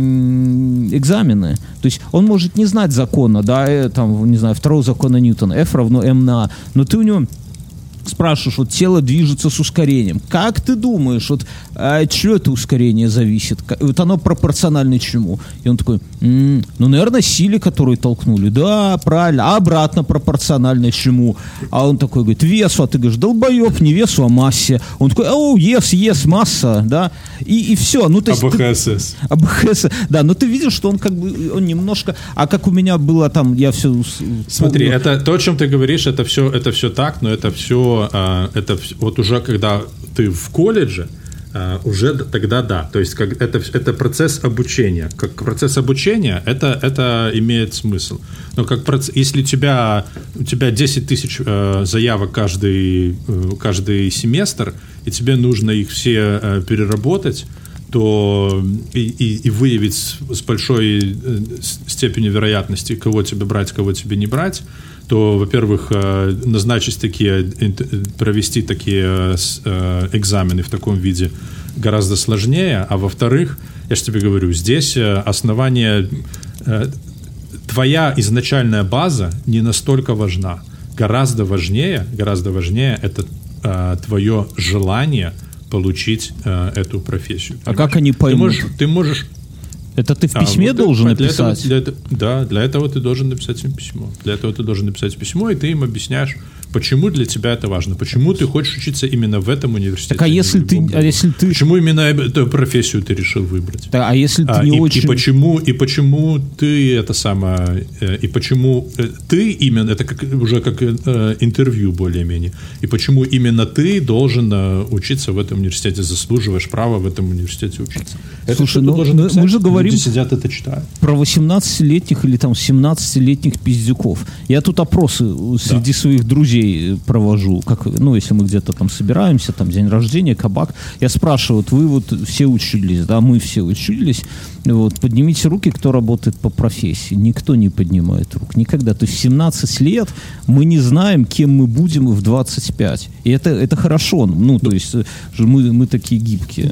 м- экзамены. То есть он может не знать закона, да, э, там, не знаю, второго закона Ньютона, F равно m на a, но ты у него спрашиваешь, вот тело движется с ускорением. Как ты думаешь, вот а от чего это ускорение зависит? Вот оно пропорционально чему? И он такой, м-м, ну, наверное, силе, которую толкнули. Да, правильно. А обратно пропорционально чему? А он такой говорит, весу. А ты говоришь, долбоеб, не весу, а массе. Он такой, о, ес, ес, масса, да. И, и все. Ну, то есть АБХСС. Ты, АБХС, да. Но ты видишь, что он как бы, он немножко, а как у меня было там, я все... Смотри, помню. Это то, о чем ты говоришь, это все, это все так, но это все это вот уже когда ты в колледже, уже тогда да. То есть как, это, это процесс обучения. Как процесс обучения это, это имеет смысл. Но как процесс, если у тебя, у тебя десять тысяч э, заявок каждый, э, каждый семестр, и тебе нужно их все э, переработать, то и, и, и выявить с, с большой э, степенью вероятности, кого тебе брать, кого тебе не брать, то, во-первых, назначить такие, провести такие экзамены в таком виде гораздо сложнее, а во-вторых, я же тебе говорю, здесь основание, твоя изначальная база не настолько важна. Гораздо важнее, гораздо важнее это твое желание получить эту профессию. А как они поймут? Ты можешь... Ты можешь Это ты в письме а, вот должен для написать? Этого, для этого, да, для этого ты должен написать им письмо. Для этого ты должен написать письмо, и ты им объясняешь, почему для тебя это важно, почему ты хочешь учиться именно в этом университете. Так, а, если ты, а если ты... Почему именно эту профессию ты решил выбрать? Так, а если ты а, не и, очень... И почему, и почему ты это самое... И почему ты именно... Это как, уже как э, интервью более-менее. И почему именно ты должен э, учиться в этом университете, заслуживаешь права в этом университете учиться. Слушай, ну, мы, написать, мы же говорим... Люди сидят, это читают. Про восемнадцатилетних или там семнадцатилетних пиздюков. Я тут опросы среди да. своих друзей провожу, как, ну, если мы где-то там собираемся, там, день рождения, кабак, я спрашиваю, вот вы вот все учились, да, мы все учились, вот, поднимите руки, кто работает по профессии. Никто не поднимает рук, никогда. То есть в семнадцать лет мы не знаем, кем мы будем в двадцать пять. И это, это хорошо, ну, то есть мы, мы такие гибкие.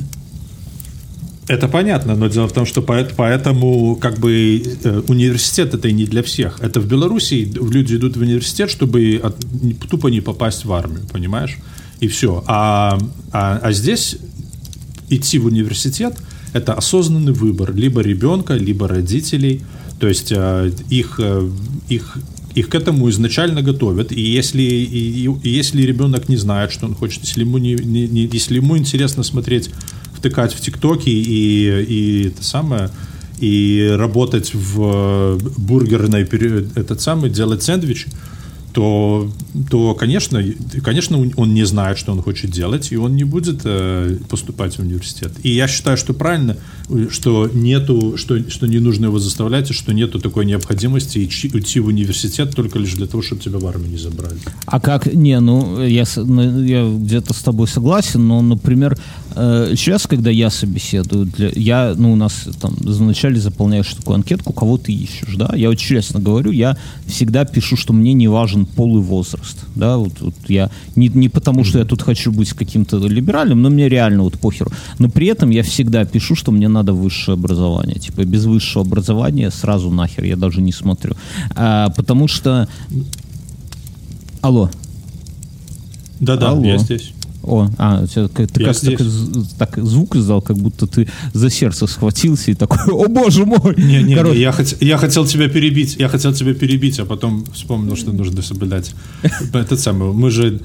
Это понятно, но дело в том, что поэтому как бы университет это и не для всех. Это в Беларуси люди идут в университет, чтобы от, тупо не попасть в армию, понимаешь? И все. А, а, а здесь идти в университет это осознанный выбор либо ребенка, либо родителей. То есть их, их, их к этому изначально готовят. И если, и, и если ребенок не знает, что он хочет, если ему, не, не, не, если ему интересно смотреть, втыкать в ТикТоке и, и это самое, и работать в бургерной, этот самый, делать сэндвичи, то, то конечно, конечно, он не знает, что он хочет делать, и он не будет э, поступать в университет. И я считаю, что правильно, что нету, что, что не нужно его заставлять, и что нету такой необходимости идти в университет только лишь для того, чтобы тебя в армию не забрали. А как? Не, ну, я, я где-то с тобой согласен, но, например, э, сейчас, когда я собеседую, для, я, ну, у нас там вначале заполняешь такую анкетку, кого ты ищешь, да? Я вот честно говорю, я всегда пишу, что мне не важен пол и возраст, да, вот, вот я не, не потому, что я тут хочу быть каким-то либеральным, но мне реально вот похеру, но при этом я всегда пишу, что мне надо высшее образование, типа без высшего образования сразу нахер, я даже не смотрю, а, потому что... Алло. Да-да, Алло. я здесь. О, а, ты как так, так звук издал, как будто ты за сердце схватился и такой, о боже мой! Не, не, не я, хот, я хотел тебя перебить, я хотел тебя перебить, а потом вспомнил, что нужно соблюдать. Этот самый, мы же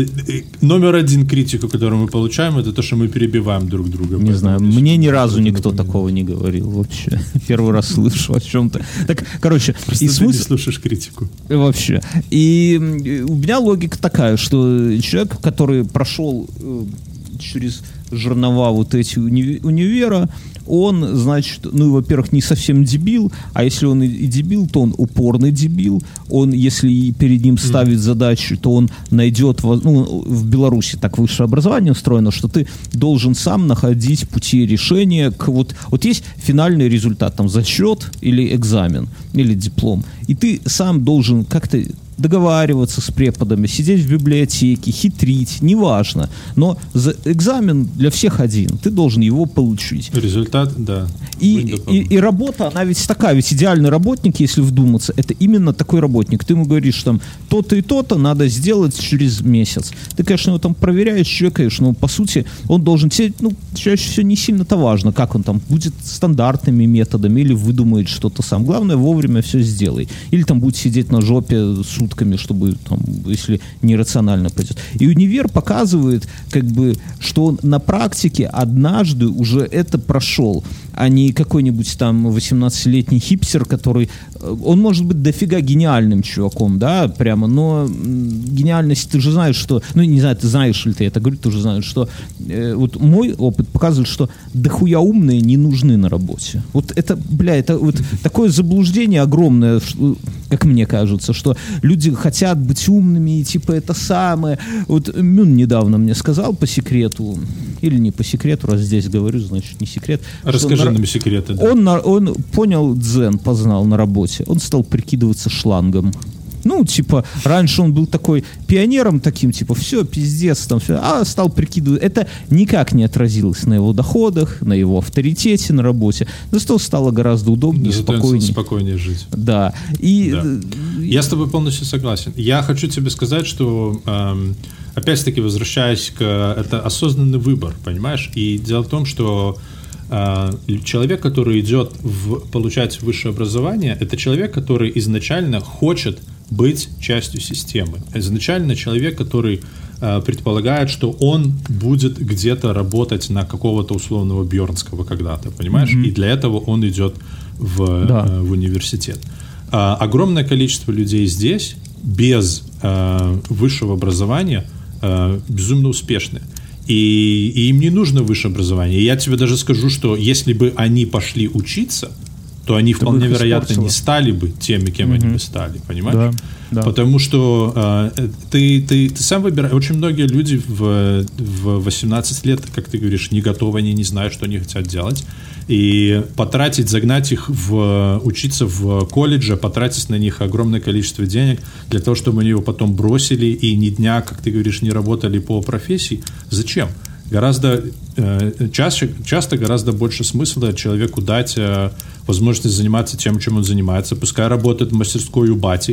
номер один критику, которую мы получаем, это то, что мы перебиваем друг друга. Не знаю, мне ни разу никто такого не говорил вообще. Первый раз слышу о чем-то. Так, короче, просто ты не слушаешь критику. Вообще. И у меня логика такая, что человек, который прошел через жернова вот эти уни- универа, он, значит, ну, во-первых, не совсем дебил, а если он и, и дебил, то он упорный дебил, он, если перед ним ставить mm. задачу, то он найдет, ну, в Беларуси так высшее образование устроено, что ты должен сам находить пути решения к, вот, вот есть финальный результат, там, зачет или экзамен, или диплом, и ты сам должен как-то договариваться с преподами, сидеть в библиотеке, хитрить, неважно. Но за экзамен для всех один. Ты должен его получить. Результат, да. И, и, и работа, она ведь такая, ведь идеальный работник, если вдуматься, это именно такой работник. Ты ему говоришь, там, то-то и то-то надо сделать через месяц. Ты, конечно, его там проверяешь, чекаешь, но, по сути, он должен сидеть, ну, чаще всего не сильно-то важно, как он там будет стандартными методами или выдумает что-то сам. Главное, вовремя все сделай. Или там будет сидеть на жопе сутками, чтобы, там, если нерационально пойдет. И универ показывает, как бы, что он на практике однажды уже это прошел, а не какой-нибудь там восемнадцатилетний хипстер, который... Он может быть дофига гениальным чуваком, да, прямо, но гениальность, ты же знаешь, что... Ну, не знаю, ты знаешь ли ты это говорю, ты же знаешь, что... Э, вот мой опыт показывает, что дохуя умные не нужны на работе. Вот это, бля, это вот такое заблуждение огромное, как мне кажется, что люди хотят быть умными, и типа это самое. Вот Мюн недавно мне сказал по секрету, или не по секрету, раз здесь говорю, значит не секрет. Расскажи нам секреты. Да. Он, он понял дзен, познал на работе. Он стал прикидываться шлангом. Ну, типа, раньше он был такой пионером таким, типа, все, пиздец, там, все, а стал прикидывать. Это никак не отразилось на его доходах, на его авторитете на работе. Зато стало гораздо удобнее, зато спокойнее. спокойнее жить. Да. И... да. Я с тобой полностью согласен. Я хочу тебе сказать, что, эм, опять-таки, возвращаясь к... Это осознанный выбор, понимаешь? И дело в том, что человек, который идет в, получать высшее образование, это человек, который изначально хочет быть частью системы. Изначально человек, который э, предполагает, что он будет где-то работать на какого-то условного Бьернского когда-то, понимаешь? Mm-hmm. И для этого он идет в, да. э, в университет. А, огромное количество людей здесь без э, высшего образования э, безумно успешны. И, и им не нужно высшее образование. И я тебе даже скажу, что если бы они пошли учиться, то они Ты вполне вероятно испортила. не стали бы теми, кем mm-hmm. они бы стали, понимаешь? Да, да. Потому что э, ты, ты, ты сам выбираешь. Очень многие люди в, в восемнадцать лет, как ты говоришь, не готовы, они не знают, что они хотят делать. И потратить, загнать их в учиться в колледже, потратить на них огромное количество денег для того, чтобы они его потом бросили и ни дня, как ты говоришь, не работали по профессии. Зачем? Гораздо э, чаще, часто гораздо больше смысла человеку дать э, возможность заниматься тем, чем он занимается. Пускай работает в мастерской у бати.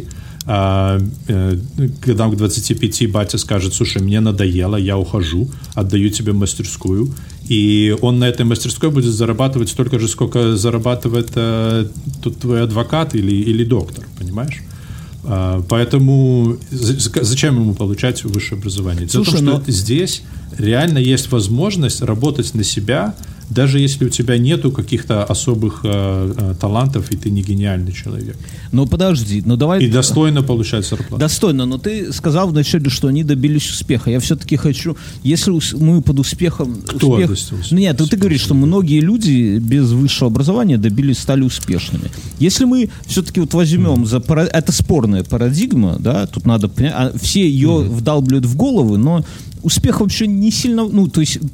А, э, когда к двадцати пяти батя скажет: слушай, мне надоело, я ухожу, отдаю тебе мастерскую. И он на этой мастерской будет зарабатывать столько же, сколько зарабатывает э, тут твой адвокат или, или доктор, понимаешь? А, поэтому зачем ему получать высшее образование? Дело в том, что но... здесь реально есть возможность работать на себя, даже если у тебя нету каких-то особых э, э, талантов, и ты не гениальный человек. Ну подожди, ну давай... И достойно получать зарплату. Достойно, но ты сказал вначале, что они добились успеха. Я все-таки хочу... Если мы под успехом... Кто успех... успех? Ну нет, успех, ты говоришь, что многие люди без высшего образования добились, стали успешными. Если мы все-таки вот возьмем mm. за... Пара... Это спорная парадигма, да, тут надо понять... А все ее mm. вдалбливают в головы, но успех вообще не сильно... Ну, то есть...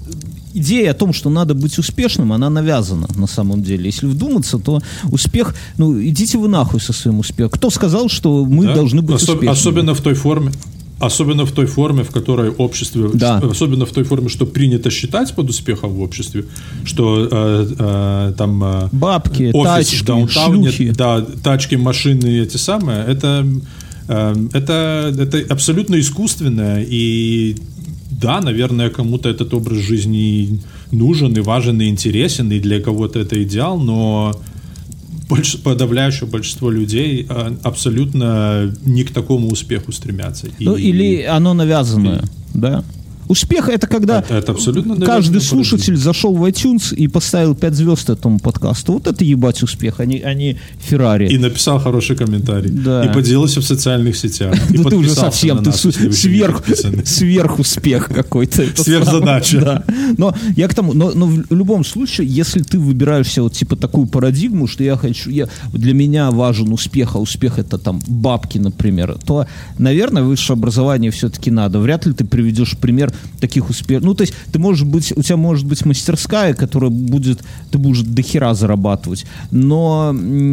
Идея о том, что надо быть успешным, она навязана на самом деле. Если вдуматься, то успех... Ну, идите вы нахуй со своим успехом. Кто сказал, что мы да? должны быть Особ, успешными? Особенно в той форме, особенно в той форме, в которой обществе... Да. Особенно в той форме, что принято считать под успехом в обществе, что э, э, там... Э, бабки, офис тачки, в даунтауне, шлюхи. Да, тачки, машины, эти самые, это, э, это, это абсолютно искусственное и... да, наверное, кому-то этот образ жизни нужен и важен, и интересен, и для кого-то это идеал, но больш, подавляющее большинство людей абсолютно не к такому успеху стремятся. Ну, и, или оно навязанное, и, да? Успех — это когда это, это абсолютно каждый слушатель зашел в iTunes и поставил пять звезд этому подкасту. Вот это ебать успех, а не, а не Феррари. И написал хороший комментарий. Да. И поделился в социальных сетях. И ну ты уже совсем, ты сверх, сверхуспех какой-то. Сверхзадача. Да. Но я к тому, но, но в любом случае, если ты выбираешься вот типа такую парадигму, что я хочу, я, для меня важен успех, а успех — это там бабки, например, то, наверное, высшее образование все-таки надо. Вряд ли ты приведешь пример таких успехов. Ну, то есть ты можешь быть, у тебя может быть мастерская, которая будет, ты будешь дохера зарабатывать, но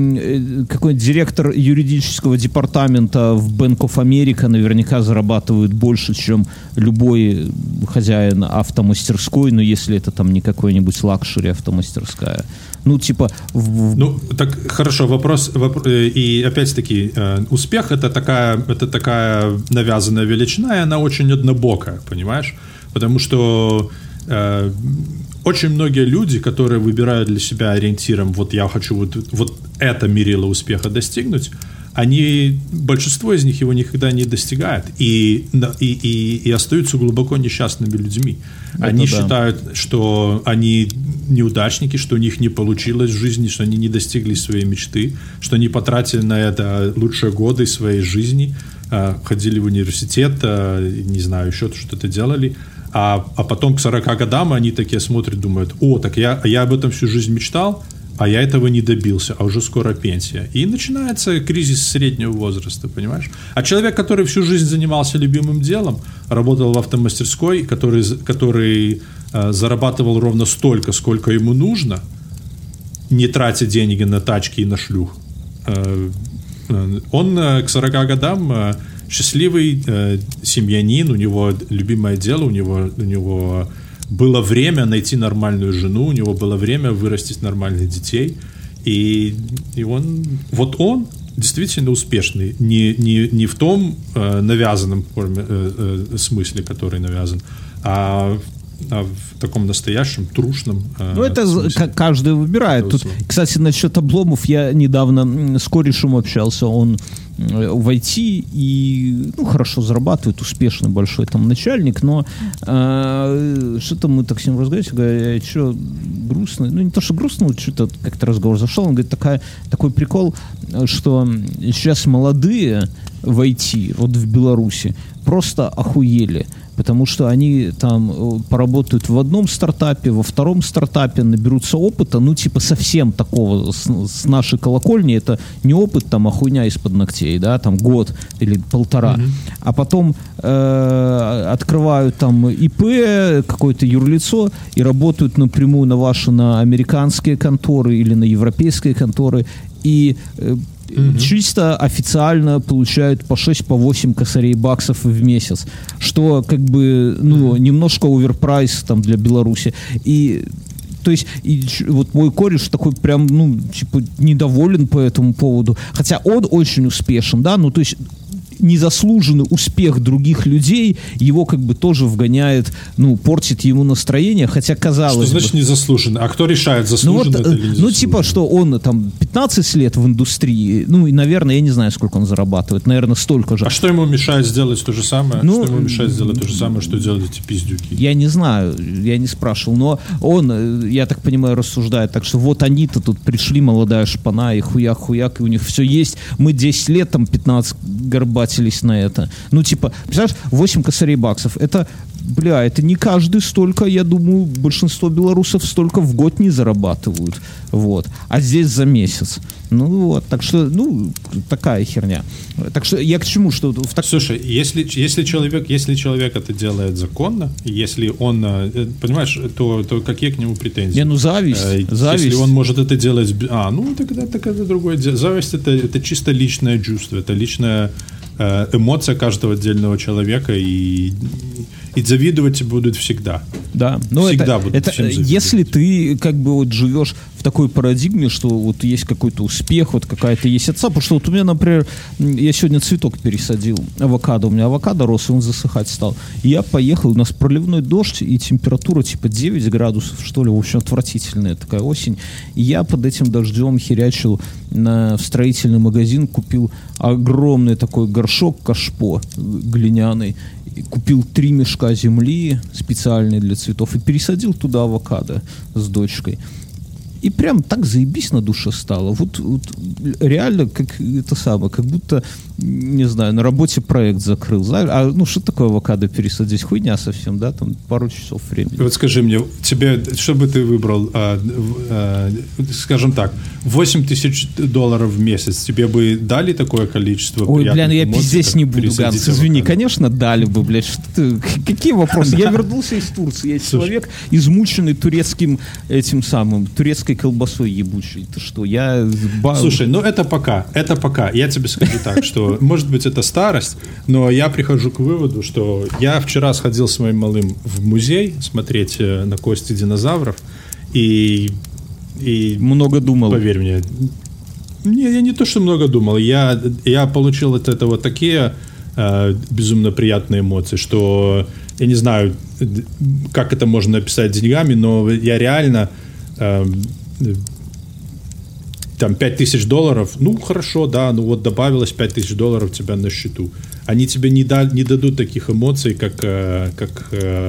э, какой-нибудь директор юридического департамента в Bank of America наверняка зарабатывает больше, чем любой хозяин автомастерской, но если это там не какой-нибудь лакшери автомастерская. Ну, типа... В... Ну, так, хорошо, вопрос... вопрос и, опять-таки, э, успех — это такая, это такая навязанная величина, и она очень однобокая, понимаешь? Потому что э, очень многие люди, которые выбирают для себя ориентиром, вот я хочу вот, вот это мерило успеха достигнуть, они, большинство из них его никогда не достигают и, и, и, и остаются глубоко несчастными людьми. Это они да. считают, что они неудачники, что у них не получилось в жизни, что они не достигли своей мечты, что они потратили на это лучшие годы своей жизни, ходили в университет, не знаю, еще что-то делали, а, а потом к сорока годам они такие смотрят, думают: о, так я, я об этом всю жизнь мечтал, а я этого не добился, а уже скоро пенсия. И начинается кризис среднего возраста, понимаешь? А человек, который всю жизнь занимался любимым делом, работал в автомастерской, который, который э, зарабатывал ровно столько, сколько ему нужно, не тратя деньги на тачки и на шлюх, э, э, он э, к сорока годам э, счастливый э, семьянин, у него любимое дело, у него... У него было время найти нормальную жену, у него было время вырастить нормальных детей, и, и он, вот он действительно успешный, не, не, не в том э, навязанном форме, э, э, смысле, который навязан, а, а в таком настоящем, трушном э, Ну, это смысле. Каждый выбирает. Тут, кстати, насчет обломов, я недавно с корешем общался, он в ай ти и, ну, хорошо зарабатывает, успешный большой там начальник, но э, что-то мы так с ним разговаривали, говорю, что грустно, ну, не то, что грустно, вот что-то как-то разговор зашел, он говорит, такая, такой прикол, что сейчас молодые в ай ти, вот в Беларуси, просто охуели, потому что они там поработают в одном стартапе, во втором стартапе, наберутся опыта, ну, типа, совсем такого, с, с нашей колокольни, это не опыт, там, а хуйня из-под ногтей, да, там, год или полтора, mm-hmm. а потом э, открывают там ИП, какое-то юрлицо, и работают напрямую на ваши, на американские конторы или на европейские конторы, и э, Mm-hmm. чисто официально получают по шесть, по восемь косарей баксов в месяц, что как бы, ну, немножко оверпрайс там для Беларуси. И то есть, и, вот мой кореш такой прям, ну, типа, недоволен по этому поводу. Хотя он очень успешен, да, ну, то есть незаслуженный успех других людей его как бы тоже вгоняет, ну, портит ему настроение, хотя казалось бы... Что значит незаслуженный? А кто решает, заслуженно ну, вот, это или незаслуженно? Ну, типа, что он там пятнадцать лет в индустрии, ну, и, наверное, я не знаю, сколько он зарабатывает, наверное, столько же. А что ему мешает сделать то же самое? Ну, что ему мешает сделать то же самое, что делают эти пиздюки? Я не знаю, я не спрашивал, но он, я так понимаю, рассуждает так, что вот они-то тут пришли, молодая шпана, и хуяк-хуяк, и у них все есть, мы десять лет, там, пятнадцать горбатились на это. Ну, типа, представляешь, восемь косарей баксов, это, бля, это не каждый столько, я думаю, большинство белорусов столько в год не зарабатывают, вот, а здесь за месяц. Ну, вот, так что, ну, такая херня. Так что я к чему, что... В так... Слушай, если, если, человек, если человек это делает законно, если он, понимаешь, то, то какие к нему претензии? Не, ну, зависть. Э, зависть. Если он может это делать... А, ну, тогда, тогда это другое дело. Зависть это, это чисто личное чувство, это личная эмоция каждого отдельного человека, и, и завидовать тебе будут всегда. Да, но всегда это, будут это всем завидовать. Если ты как бы вот живешь в такой парадигме, что вот есть какой-то успех, вот какая-то есть отца, потому что вот у меня, например, я сегодня цветок пересадил, авокадо, у меня авокадо рос, и он засыхать стал. И я поехал, у нас проливной дождь, и температура типа девять градусов, что ли, в общем, отвратительная такая осень. И я под этим дождем херячил на, в строительный магазин, купил огромный такой горшок кашпо глиняный, купил три мешка земли специальные для цветов и пересадил туда авокадо с дочкой. И прям так заебись на душе стало. Вот, вот реально, как это самое, как будто, не знаю, на работе проект закрыл. Знаешь? А ну что такое авокадо пересадить? Хуйня совсем, да? Там пару часов времени. Вот скажи мне, тебе, что бы ты выбрал, а, а, скажем так, восемь тысяч долларов в месяц, тебе бы дали такое количество? Ой, бля, ну я пиздец не буду, Ганс, извини, авокадо. Конечно, дали бы, блядь. Что ты, какие вопросы? Я вернулся из Турции, я человек, измученный турецким этим самым, турецкой колбасой ебучей. Ты что, я... Слушай, ну это пока, это пока. Я тебе скажу так, что, может быть, это старость, но я прихожу к выводу, что я вчера сходил с моим малым в музей смотреть на кости динозавров, и... и много думал. Поверь мне. Не, я не то, что много думал. Я, я получил от этого такие э, безумно приятные эмоции, что я не знаю, как это можно описать деньгами, но я реально... Э, там пять тысяч долларов, ну хорошо, да, ну вот добавилось пять тысяч долларов у тебя на счету. Они тебе не, да, не дадут таких эмоций, как, как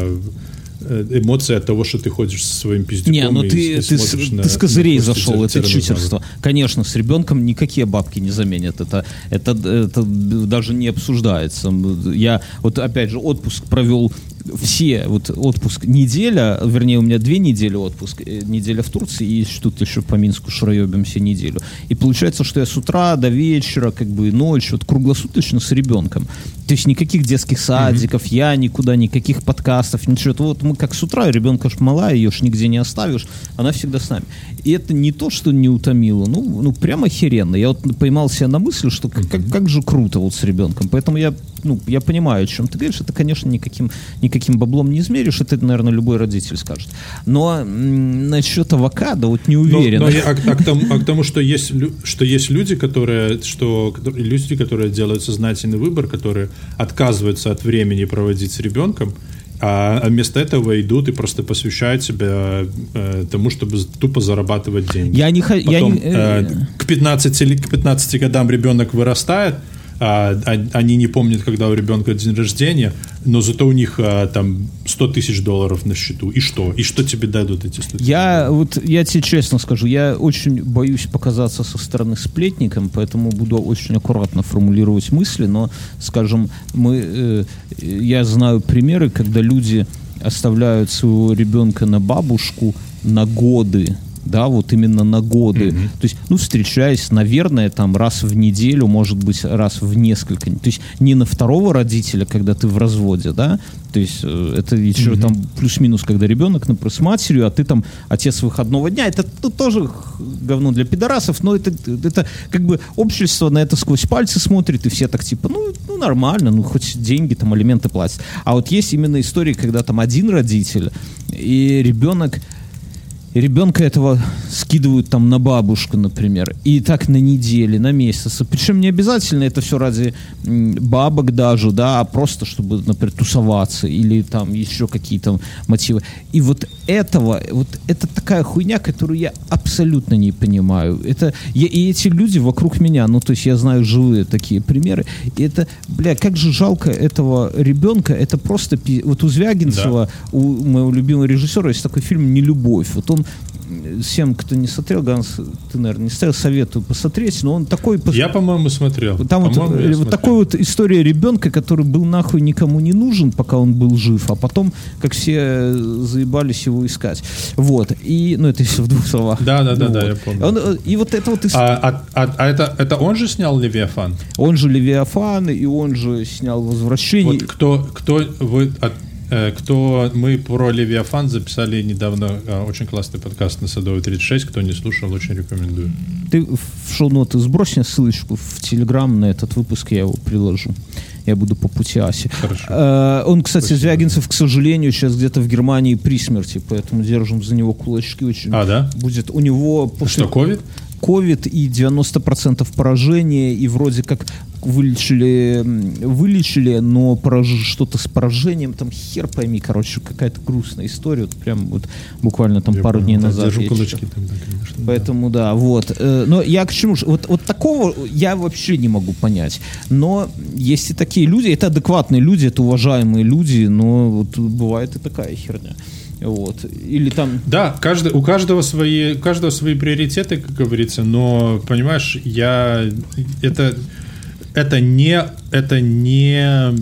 эмоции от того, что ты ходишь со своим пиздюком. Не, ну и, ты, и ты, смотришь ты на, с козырей на зашел, это читерство. Конечно, с ребенком никакие бабки не заменят. Это, это, это даже не обсуждается. Я вот опять же отпуск провел все, вот отпуск неделя, вернее, у меня две недели отпуск, неделя в Турции, и тут еще по Минску шароебимся неделю. И получается, что я с утра до вечера, как бы ночь, вот круглосуточно с ребенком. То есть никаких детских садиков, mm-hmm. я никуда, никаких подкастов, ничего. Вот мы как с утра, ребенка ж малая, ее ж нигде не оставишь, она всегда с нами. И это не то, что не утомило, ну, ну прям охеренно. Я вот поймал себя на мысли, что как, как, как же круто вот с ребенком. Поэтому я, ну, я понимаю, о чем ты говоришь. Это, конечно, никаким, никаким баблом не измеришь. Это, наверное, любой родитель скажет. Но м- насчет авокадо вот не уверен. Но, но я, а, а, к тому, а к тому, что есть, что есть люди, которые, что, люди, которые делают сознательный выбор, которые отказываются от времени проводить с ребенком, а вместо этого идут и просто посвящают себя э, тому, чтобы тупо зарабатывать деньги. Я не хочу. Потом не... э, к пятнадцати, к пятнадцати годам ребенок вырастает, а, а, они не помнят, когда у ребенка день рождения, но зато у них а, там сто тысяч долларов на счету. И что? И что тебе дадут эти сто тысяч я, долларов? Вот, я тебе честно скажу, я очень боюсь показаться со стороны сплетником, поэтому буду очень аккуратно формулировать мысли, но, скажем, мы, э, я знаю примеры, когда люди оставляют своего ребенка на бабушку на годы, да, вот именно на годы. Mm-hmm. То есть, ну, встречаясь, наверное, там раз в неделю, может быть, раз в несколько. То есть не на второго родителя, когда ты в разводе, да, то есть э, это еще mm-hmm. там плюс-минус, когда ребенок, например, с матерью, а ты там отец выходного дня. Это ну, тоже говно для пидорасов, но это, это как бы общество на это сквозь пальцы смотрит, и все так типа, ну, ну нормально, ну, хоть деньги, там, алименты платят. А вот есть именно истории, когда там один родитель, и ребенок И ребенка этого скидывают там на бабушку, например. И так на недели, на месяцы. Причем не обязательно это все ради бабок даже, да, а просто чтобы, например, тусоваться или там еще какие-то мотивы. И вот этого, вот это такая хуйня, которую я абсолютно не понимаю. Это, я, и эти люди вокруг меня, ну, то есть я знаю живые такие примеры. И это, бля, как же жалко этого ребенка. Это просто, вот у Звягинцева, да. У моего любимого режиссера есть такой фильм «Нелюбовь». Вот он всем, кто не смотрел, Ганс, ты, наверное, не смотрел, советую посмотреть, но он такой... Я, по-моему, смотрел. Там вот, вот такой вот история ребенка, который был нахуй никому не нужен, пока он был жив, а потом, как все заебались его искать. Вот. И, ну, это еще в двух словах. Да, да, да, вот. да, я помню. Он, и вот это вот... А, а, а, а это, это он же снял «Левиафан»? Он же «Левиафан», и он же снял «Возвращение». Вот кто, кто вы... От... Кто мы про «Левиафан» записали недавно очень классный подкаст на Садовой тридцать шесть. Кто не слушал, очень рекомендую. Ты в шоу-ноты сбрось мне ссылочку в Телеграм на этот выпуск, я его приложу. я буду по пути Аси. Хорошо. Он, кстати, Спасибо. Звягинцев, к сожалению, сейчас где-то в Германии при смерти, поэтому держим за него кулачки. Очень а, да? Будет у него... После... Что, ковид? ковид и девяносто процентов поражения, и вроде как вылечили, вылечили, но пораж... что-то с поражением, там хер пойми, короче, какая-то грустная история, вот прям вот буквально там я пару понял, дней да, назад. Держу кулачки тогда, конечно. Поэтому да, да вот. Но я к чему же, вот, вот такого я вообще не могу понять, но есть и такие люди, это адекватные люди, это уважаемые люди, но вот бывает и такая херня. Вот. Или там... Да, каждый, у, каждого свои, у каждого свои приоритеты, как говорится, но, понимаешь, я... Это, это не... Это не...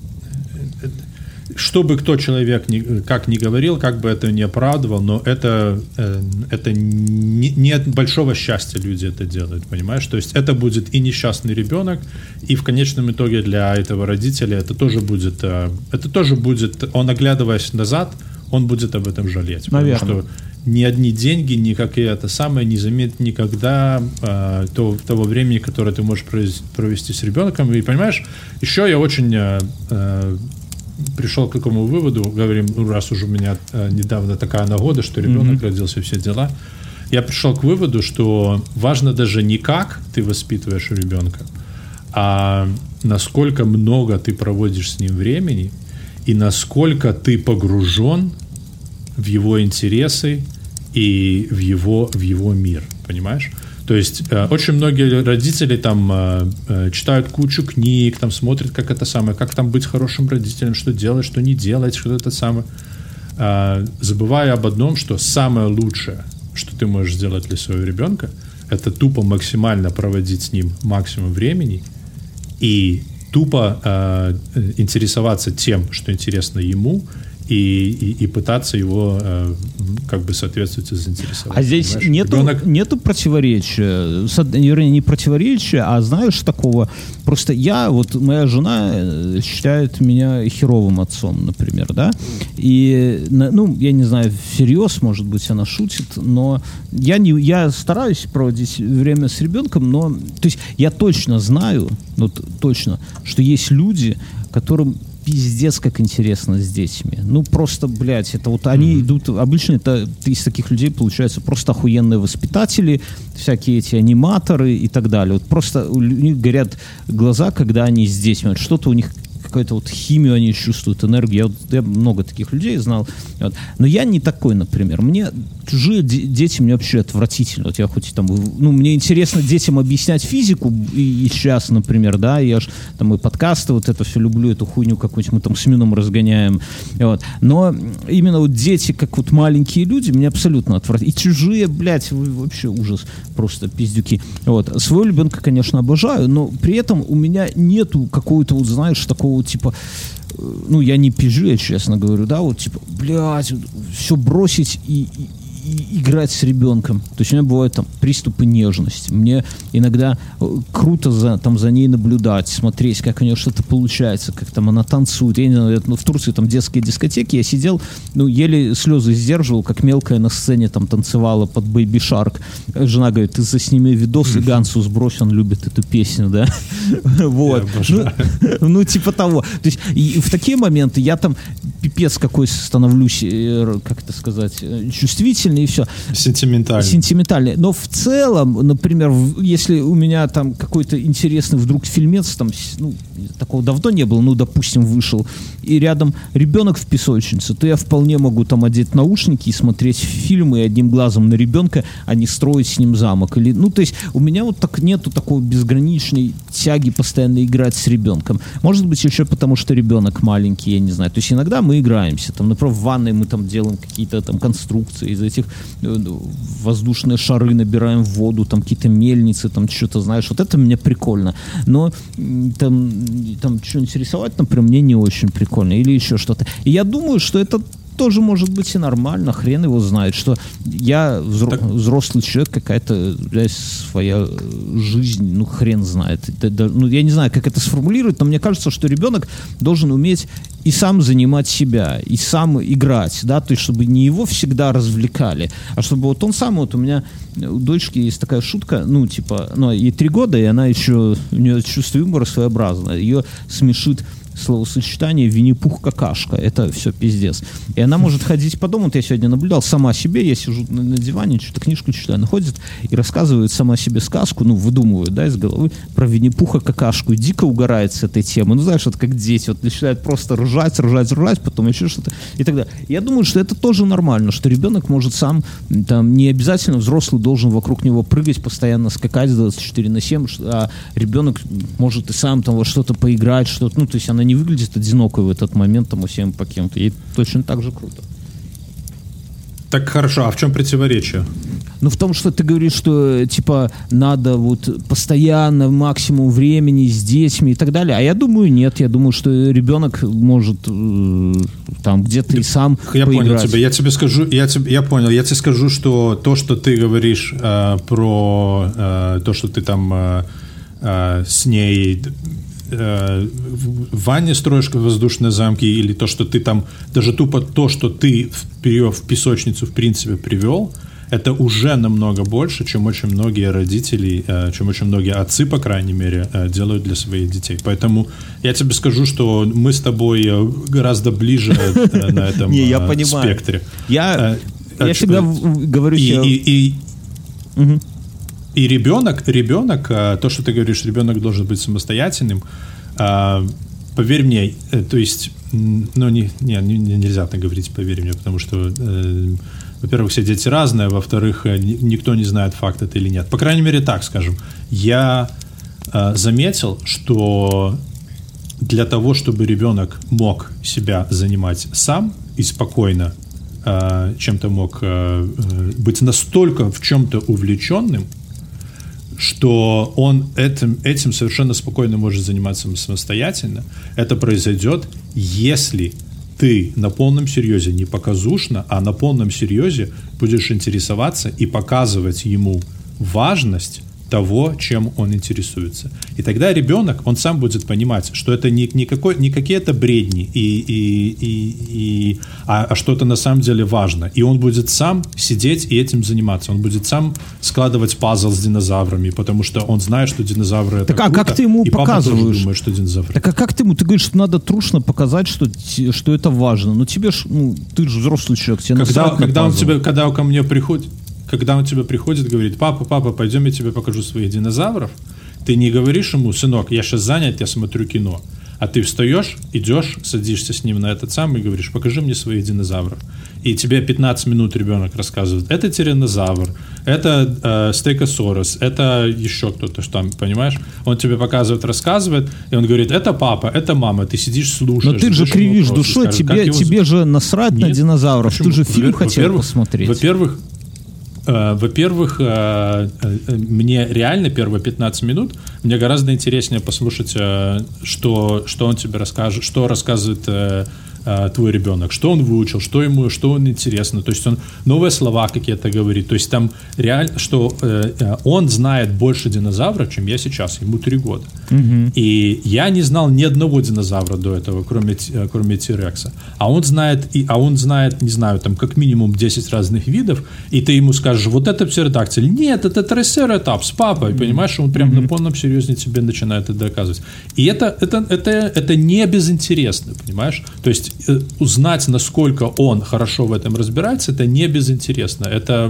Что бы кто человек ни, как ни говорил, как бы это ни оправдывал, но это, это не, не от большого счастья люди это делают, понимаешь? То есть это будет и несчастный ребенок, и в конечном итоге для этого родителя это тоже будет... Это тоже будет, он, оглядываясь назад, он будет об этом жалеть. Наверное. Потому что ни одни деньги, ни какие это самое не заметят никогда э, того, того времени, которое ты можешь провести с ребенком. И понимаешь, еще я очень э, пришел к какому выводу, говорим, ну, раз уже у меня э, недавно такая нагода, что ребенок mm-hmm. родился, все дела, я пришел к выводу, что важно даже не как ты воспитываешь ребенка, а насколько много ты проводишь с ним времени, и насколько ты погружен в его интересы и в его, в его мир, понимаешь? То есть э, очень многие родители там э, э, читают кучу книг, там смотрят, как это самое, как там быть хорошим родителем, что делать, что не делать, что это самое, э, забывая об одном, что самое лучшее, что ты можешь сделать для своего ребенка, это тупо максимально проводить с ним максимум времени и тупо э, интересоваться тем, что интересно ему, и, и, и пытаться его э, как бы соответствовать и заинтересовать. А здесь нету, Ребенок... нету противоречия, вернее, не противоречия, а знаешь такого, просто я, вот моя жена считает меня херовым отцом, например, да, и, ну, я не знаю, всерьез, может быть, она шутит, но я, не, я стараюсь проводить время с ребенком, но, то есть я точно знаю, вот точно, что есть люди, которым пиздец, как интересно с детьми. Ну, просто, блядь, это вот они mm-hmm. идут... Обычно это из таких людей получаются просто охуенные воспитатели, всякие эти аниматоры и так далее. Вот просто у них горят глаза, когда они с детьми. Вот что-то у них какую-то вот химию они чувствуют, энергию. Я, вот, я много таких людей знал. Вот. Но я не такой, например. Мне чужие де- дети мне вообще отвратительно. Вот я хоть там... Ну, мне интересно детям объяснять физику и, и сейчас, например, да, я ж там и подкасты, вот это все люблю, эту хуйню какую-нибудь мы там с Мином разгоняем. Вот. Но именно вот дети, как вот маленькие люди, мне абсолютно отвратительно. И чужие, блядь, вообще ужас. Просто пиздюки. Вот. Своего ребенка, конечно, обожаю, но при этом у меня нету какого-то, вот, знаешь, такого типа, ну, я не пизжу, я честно говорю, да, вот, типа, блядь, все бросить и, и, и играть с ребенком. То есть у меня бывают там приступы нежности. Мне иногда круто за, там, за ней наблюдать, смотреть, как у нее что-то получается, как там она танцует. Я не знаю, ну, в Турции там детские дискотеки, я сидел, ну, еле слезы сдерживал, как мелкая на сцене там танцевала под Baby Shark. Жена говорит, ты засними видос и Гансу сбрось, он любит эту песню, да? Вот. Ну, типа того. То есть в такие моменты я там пипец какой становлюсь, как это сказать, чувствительный, и все. Сентиментальный. Сентиментальный. Но в целом, например, если у меня там какой-то интересный вдруг фильмец, там, ну, такого давно не было, ну, допустим, вышел, и рядом ребенок в песочнице, то я вполне могу там одеть наушники и смотреть фильмы и одним глазом на ребенка, а не строить с ним замок. Или, ну, то есть у меня вот так нету такой безграничной тяги постоянно играть с ребенком. Может быть, еще потому, что ребенок маленький, я не знаю. То есть иногда мы играемся, там, например, в ванной мы там делаем какие-то там конструкции из этих воздушные шары, набираем воду, там какие-то мельницы, там что-то, знаешь, вот это мне прикольно. Но там, там что-нибудь рисовать, например, мне не очень прикольно. Или еще что-то. И я думаю, что это тоже может быть и нормально, хрен его знает, что я взро- так... взрослый человек, какая-то, блядь, своя жизнь, ну, хрен знает. Это, это, ну, я не знаю, как это сформулировать, но мне кажется, что ребенок должен уметь и сам занимать себя, и сам играть, да, то есть, чтобы не его всегда развлекали, а чтобы вот он сам, вот у меня у дочки есть такая шутка, ну, типа, ну, ей три года, и она еще, у нее чувство юмора своеобразное, ее смешит словосочетание «Винни-Пух-какашка». Это все пиздец. И она может ходить по дому, вот я сегодня наблюдал, сама себе, я сижу на, на диване, что-то книжку читаю, она ходит и рассказывает сама себе сказку, ну, выдумывает, да, из головы, про Винни-Пуха-какашку, и дико угорает с этой темы. Ну, знаешь, вот как дети, вот начинают просто ржать, ржать, ржать, потом еще что-то, и так далее. Я думаю, что это тоже нормально, что ребенок может сам, там, не обязательно взрослый должен вокруг него прыгать, постоянно скакать двадцать четыре на семь, а ребенок может и сам там во что-то поиграть, что-то, ну, то есть она не выглядит одинокой в этот момент, там, у всем по кем-то. И точно так же круто. Так хорошо, а в чем противоречие? Ну, в том, что ты говоришь, что, типа, надо вот постоянно максимум времени с детьми и так далее. А я думаю, нет. Я думаю, что ребенок может э, там где-то и сам я поиграть. Понял тебя. Я тебе скажу, я, тебе, я понял. Я тебе скажу, что то, что ты говоришь э, про э, то, что ты там э, э, с ней... в ванне строишь воздушные замки, или то, что ты там, даже тупо то, что ты в, в песочницу в принципе привел, это уже намного больше, чем очень многие родители, чем очень многие отцы, по крайней мере, делают для своих детей. Поэтому я тебе скажу, что мы с тобой гораздо ближе на этом спектре. Я всегда говорю себе... И ребенок, ребенок, то, что ты говоришь, ребенок должен быть самостоятельным, поверь мне, то есть, ну, не, не, нельзя так говорить, поверь мне, потому что, во-первых, все дети разные, во-вторых, никто не знает, факт это или нет. По крайней мере, так скажем. Я заметил, что для того, чтобы ребенок мог себя занимать сам и спокойно, чем-то мог быть настолько в чем-то увлеченным, что он этим, этим совершенно спокойно может заниматься самостоятельно. Это произойдет, если ты на полном серьезе, не показушно, а на полном серьезе будешь интересоваться и показывать ему важность того, чем он интересуется. И тогда ребенок, он сам будет понимать, что это не, не, какой, не какие-то бредни, и, и, и, и, а, а что-то на самом деле важно. И он будет сам сидеть и этим заниматься. Он будет сам складывать пазл с динозаврами, потому что он знает, что динозавры это так, а круто, как ты ему и показываешь? Папа тоже думает, что динозавры. Так а как ты ему? Ты говоришь, что надо трушно показать, что, что это важно. Но тебе ж, ну, ты же взрослый человек, тебе когда, насрать на когда он пазл. тебе, когда он ко мне приходит, когда он тебе приходит, говорит: папа, папа, пойдем, я тебе покажу своих динозавров, ты не говоришь ему: сынок, я сейчас занят, я смотрю кино. А ты встаешь, идешь, садишься с ним на этот самый и говоришь: покажи мне своих динозавров. И тебе пятнадцать минут ребенок рассказывает: это тираннозавр, это э, стегосорус, это еще кто-то там, понимаешь? Он тебе показывает, рассказывает, и он говорит: это папа, это мама, ты сидишь, слушаешь. Но ты же кривишь душой, скажешь, тебе, его... тебе же насрать Нет, на динозавров, почему? Ты же фильм Во- хотел посмотреть. Во-первых, Uh, во-первых, uh, uh, мне реально первые пятнадцать минут мне гораздо интереснее послушать, uh, что, что он тебе расскажет, что рассказывает uh, uh, твой ребенок, что он выучил, что ему, что он интересно. То есть он новые слова какие-то говорит. То есть там реально, что uh, он знает больше динозавров, чем я сейчас. Ему три года. Mm-hmm. И я не знал ни одного динозавра до этого, кроме, кроме T-Rex. А он знает, и, а он знает, не знаю, там как минимум десять разных видов, и ты ему скажешь: вот это птеродактиль, нет, это трицератопс, папа, и понимаешь, он прям mm-hmm. на полном серьезе тебе начинает это доказывать. И это, это, это, это не безинтересно, понимаешь? То есть э, узнать, насколько он хорошо в этом разбирается, это не безинтересно, это,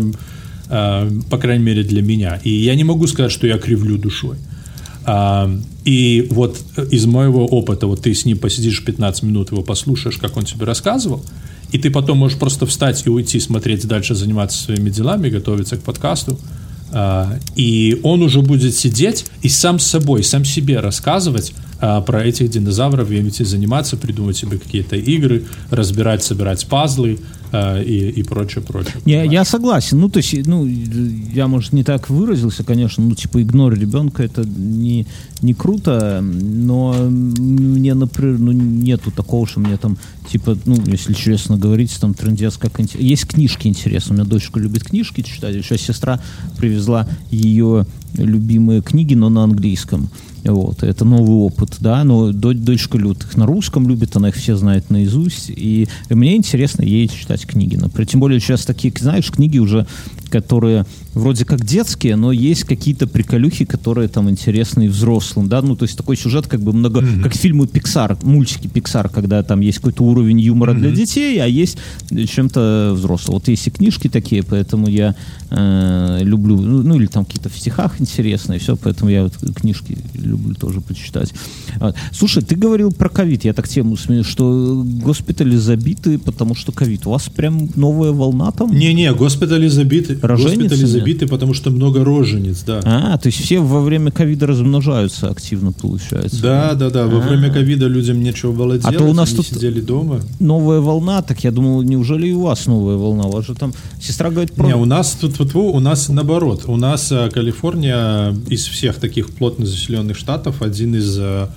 э, по крайней мере, для меня. И я не могу сказать, что я кривлю душой. Uh, и вот из моего опыта, вот ты с ним посидишь пятнадцать минут, его послушаешь, как он тебе рассказывал, и ты потом можешь просто встать и уйти, смотреть дальше, заниматься своими делами, готовиться к подкасту, uh, и он уже будет сидеть и сам с собой, сам себе рассказывать uh, про этих динозавров, и идти заниматься, придумать себе какие-то игры, разбирать, собирать пазлы, э, и, и прочее, прочее. Не, я согласен. Ну, то есть, ну, я, может, не так выразился, конечно, ну, типа, игнор ребенка, это не, не круто, но мне, например, ну, нету такого, что мне там, типа, ну, если честно говорить, там, трындец как... Есть книжки интересные, у меня дочка любит книжки читать, еще сестра привезла ее любимые книги, но на английском. Вот, это новый опыт, да, но дочка любит их на русском, любит, она их все знает наизусть, и, и мне интересно ей читать книги, например, тем более сейчас такие, знаешь, книги уже, которые вроде как детские, но есть какие-то приколюхи, которые там интересны и взрослым, да, ну, то есть такой сюжет как бы много, mm-hmm. как фильмы Pixar, мультики Pixar, когда там есть какой-то уровень юмора mm-hmm. для детей, а есть чем-то взрослого. Вот есть и книжки такие, поэтому я э, люблю, ну, ну, или там какие-то в стихах интересные, все, поэтому я вот книжки люблю тоже почитать. Слушай, ты говорил про ковид, я так тему сменю, что госпитали забиты, потому что ковид. У вас прям новая волна там? Не-не, госпитали забиты. Госпитали забиты, потому что много рожениц, да. А, то есть все во время ковида размножаются активно, получается. Да, да, да. Во А-а-а. время ковида людям нечего было делать, а то у нас они тут сидели дома. Новая волна, так я думал, неужели и у вас новая волна? У вас же там сестра говорит про... Не, у нас тут вот у нас наоборот. У нас Калифорния из всех таких плотно заселенных штатов один из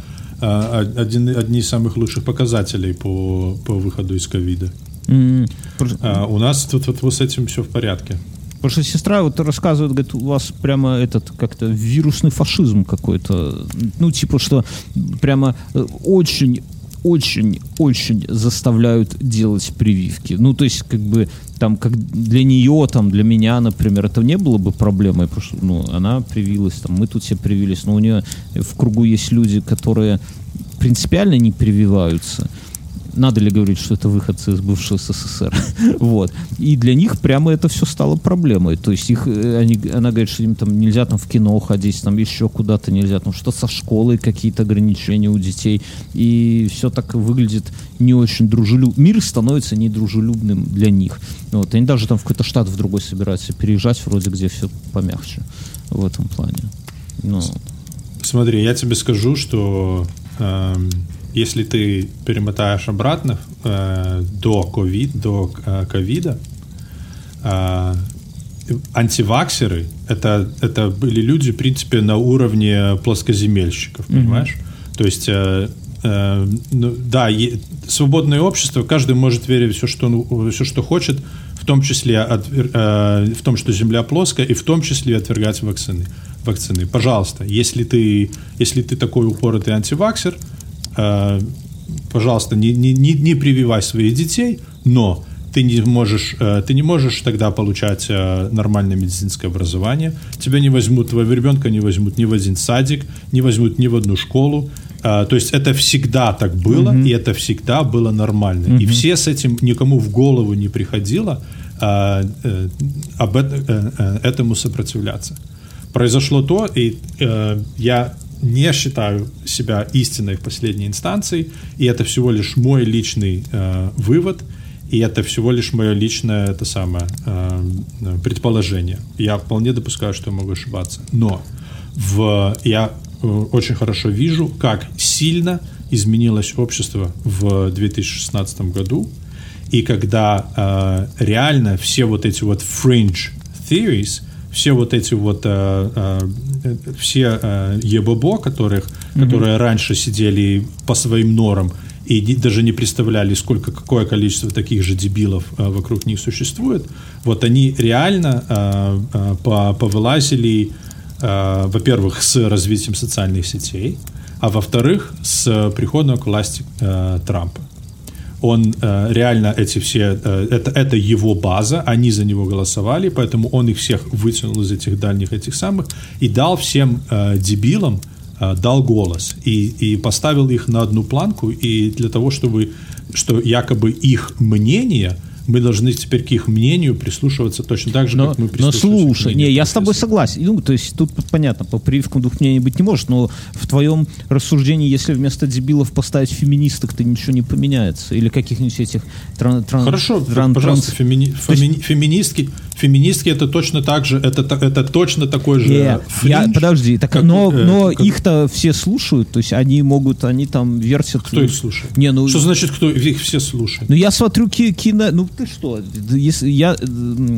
один, одни из самых лучших показателей по, по выходу из ковида. Mm-hmm. А, у нас тут вот, вот с этим все в порядке. Потому что сестра вот рассказывает, говорит, у вас прямо этот как-то вирусный фашизм какой-то. Ну, типа, что прямо очень очень, очень заставляют делать прививки. Ну, то есть, как бы, там, как для нее, там, для меня, например, это не было бы проблемой, потому что, ну, она привилась, там, мы тут все привились, но у нее в кругу есть люди, которые принципиально не прививаются. Надо ли говорить, что это выходцы из бывшего СССР? Вот. И для них прямо это все стало проблемой. То есть их, они, она говорит, что им там нельзя там в кино ходить, там еще куда-то нельзя, там что со школой какие-то ограничения у детей. И все так выглядит не очень дружелюбно. Мир становится недружелюбным для них. Вот. Они даже там в какой-то штат в другой собираются переезжать, вроде где все помягче в этом плане. Ну. Смотри, я тебе скажу, что... Эм... Если ты перемотаешь обратно э, до ковид, до э, ковида, э, антиваксеры это, это были люди, в принципе, на уровне плоскоземельщиков, mm-hmm. понимаешь? То есть, э, э, ну, да, е- свободное общество, каждый может верить в все, что, ну, все, что хочет, в том числе от, э, в том, что Земля плоская, и в том числе отвергать вакцины. вакцины. Пожалуйста, если ты, если ты такой упоротый антиваксер, пожалуйста, не, не, не прививай своих детей, но ты не можешь, ты не можешь тогда получать нормальное медицинское образование. Тебя не возьмут, твоего ребенка не возьмут ни в один садик, не возьмут ни в одну школу. То есть это всегда так было, mm-hmm. и это всегда было нормально. Mm-hmm. И все с этим, никому в голову не приходило а, а, об это, а, этому сопротивляться. Произошло то, и а, я... не считаю себя истиной в последней инстанции, и это всего лишь мой личный э, вывод, и это всего лишь мое личное это самое, э, предположение. Я вполне допускаю, что я могу ошибаться. Но в, я э, очень хорошо вижу, как сильно изменилось общество в две тысячи шестнадцатом году, и когда э, реально все вот эти вот fringe theories, все вот эти вот э, э, все э, ебобо, которых, mm-hmm. которые раньше сидели по своим норам и не, даже не представляли, сколько, какое количество таких же дебилов э, вокруг них существует, вот они реально э, э, повылазили, э, во-первых, с развитием социальных сетей, а во-вторых, с приходом к власти э, Трампа. Он э, реально эти все, э, это, это его база, они за него голосовали, поэтому он их всех вытянул из этих дальних этих самых и дал всем э, дебилам, э, дал голос и, и поставил их на одну планку, и для того, чтобы, что якобы их мнение, мы должны теперь к их мнению прислушиваться точно так же, но, как мы прислушиваемся. Но слушай, не, я с тобой согласен. Ну, то есть тут понятно, по прививкам двух мнений быть не может, но в твоем рассуждении, если вместо дебилов поставить феминисток, то ничего не поменяется. Или каких-нибудь этих... Тран, тран, Хорошо, тран, пожалуйста, транс... фемини, фемини, феминистки, Феминистки это точно так же, это, это точно такой же Не, фринж, я, подожди, так, как, но, э, но как... их-то все слушают, то есть они могут, они там вертят... Кто их слушает? Не, ну, что значит, кто их все слушает? Ну, я смотрю ки- кино... Ну, ты что? Если я... Э,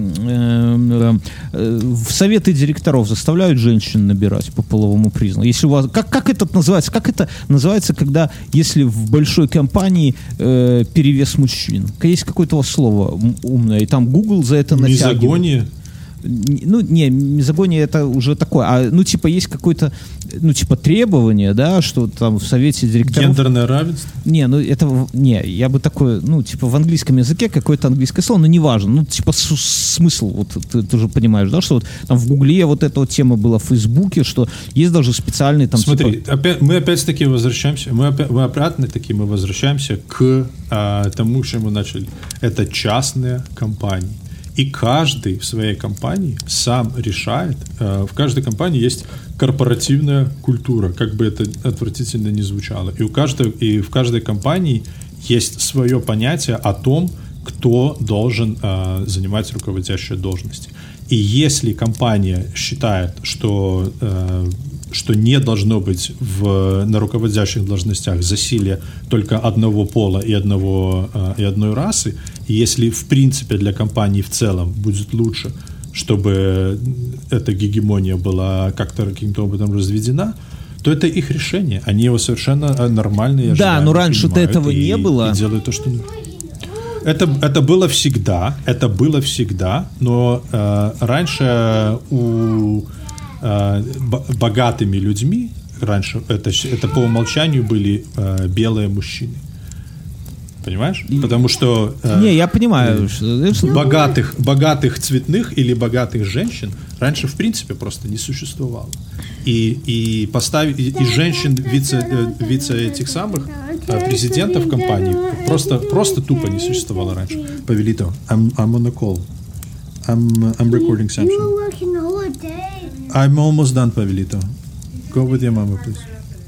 э, э, в советы директоров заставляют женщин набирать по половому признаку? Если у вас... Как, как это называется? Как это называется, когда, если в большой компании э, перевес мужчин? Есть какое-то слово умное, и там Google за это натягивает. Мизогония? Ну, не, мизогония это уже такое, а, ну, типа, есть какое-то, ну, типа, требование, да, что там в совете директоров... Гендерное равенство? Не, ну, это, не, я бы такое, ну, типа, в английском языке какое-то английское слово, но неважно, ну, типа, с- смысл, вот, ты, ты же понимаешь, да, что вот там в Гугле вот эта вот тема была, в Фейсбуке, что есть даже специальный там, Смотри, типа... опять, мы опять-таки возвращаемся, мы, опять, мы опять-таки мы возвращаемся к а, тому, с чем мы начали. Это частные компании. И каждый в своей компании сам решает. В каждой компании есть корпоративная культура, как бы это отвратительно ни звучало. И, у каждой, и в каждой компании есть свое понятие о том, кто должен э, занимать руководящие должности. И если компания считает, что, э, что не должно быть в, на руководящих должностях засилие только одного пола и, одного, э, и одной расы, и если в принципе для компании в целом будет лучше, чтобы эта гегемония была как-то каким-то образом разведена, то это их решение. Они его совершенно нормально и Да, но раньше-то этого и, не было. И делают то, что... Это, это было всегда, это было всегда, но э, раньше у э, богатыми людьми, раньше это, это по умолчанию были э, белые мужчины. Понимаешь? Потому что... Э, Не, я понимаю. Что... Богатых, богатых цветных или богатых женщин раньше в принципе просто не существовало. И, и, поставить, и, и женщин, вице, вице этих самых президентов компании просто, просто тупо не существовало раньше. Павелито, I'm, I'm on a call. I'm, I'm recording something. I'm almost done, Павелито. Go with your mama, please.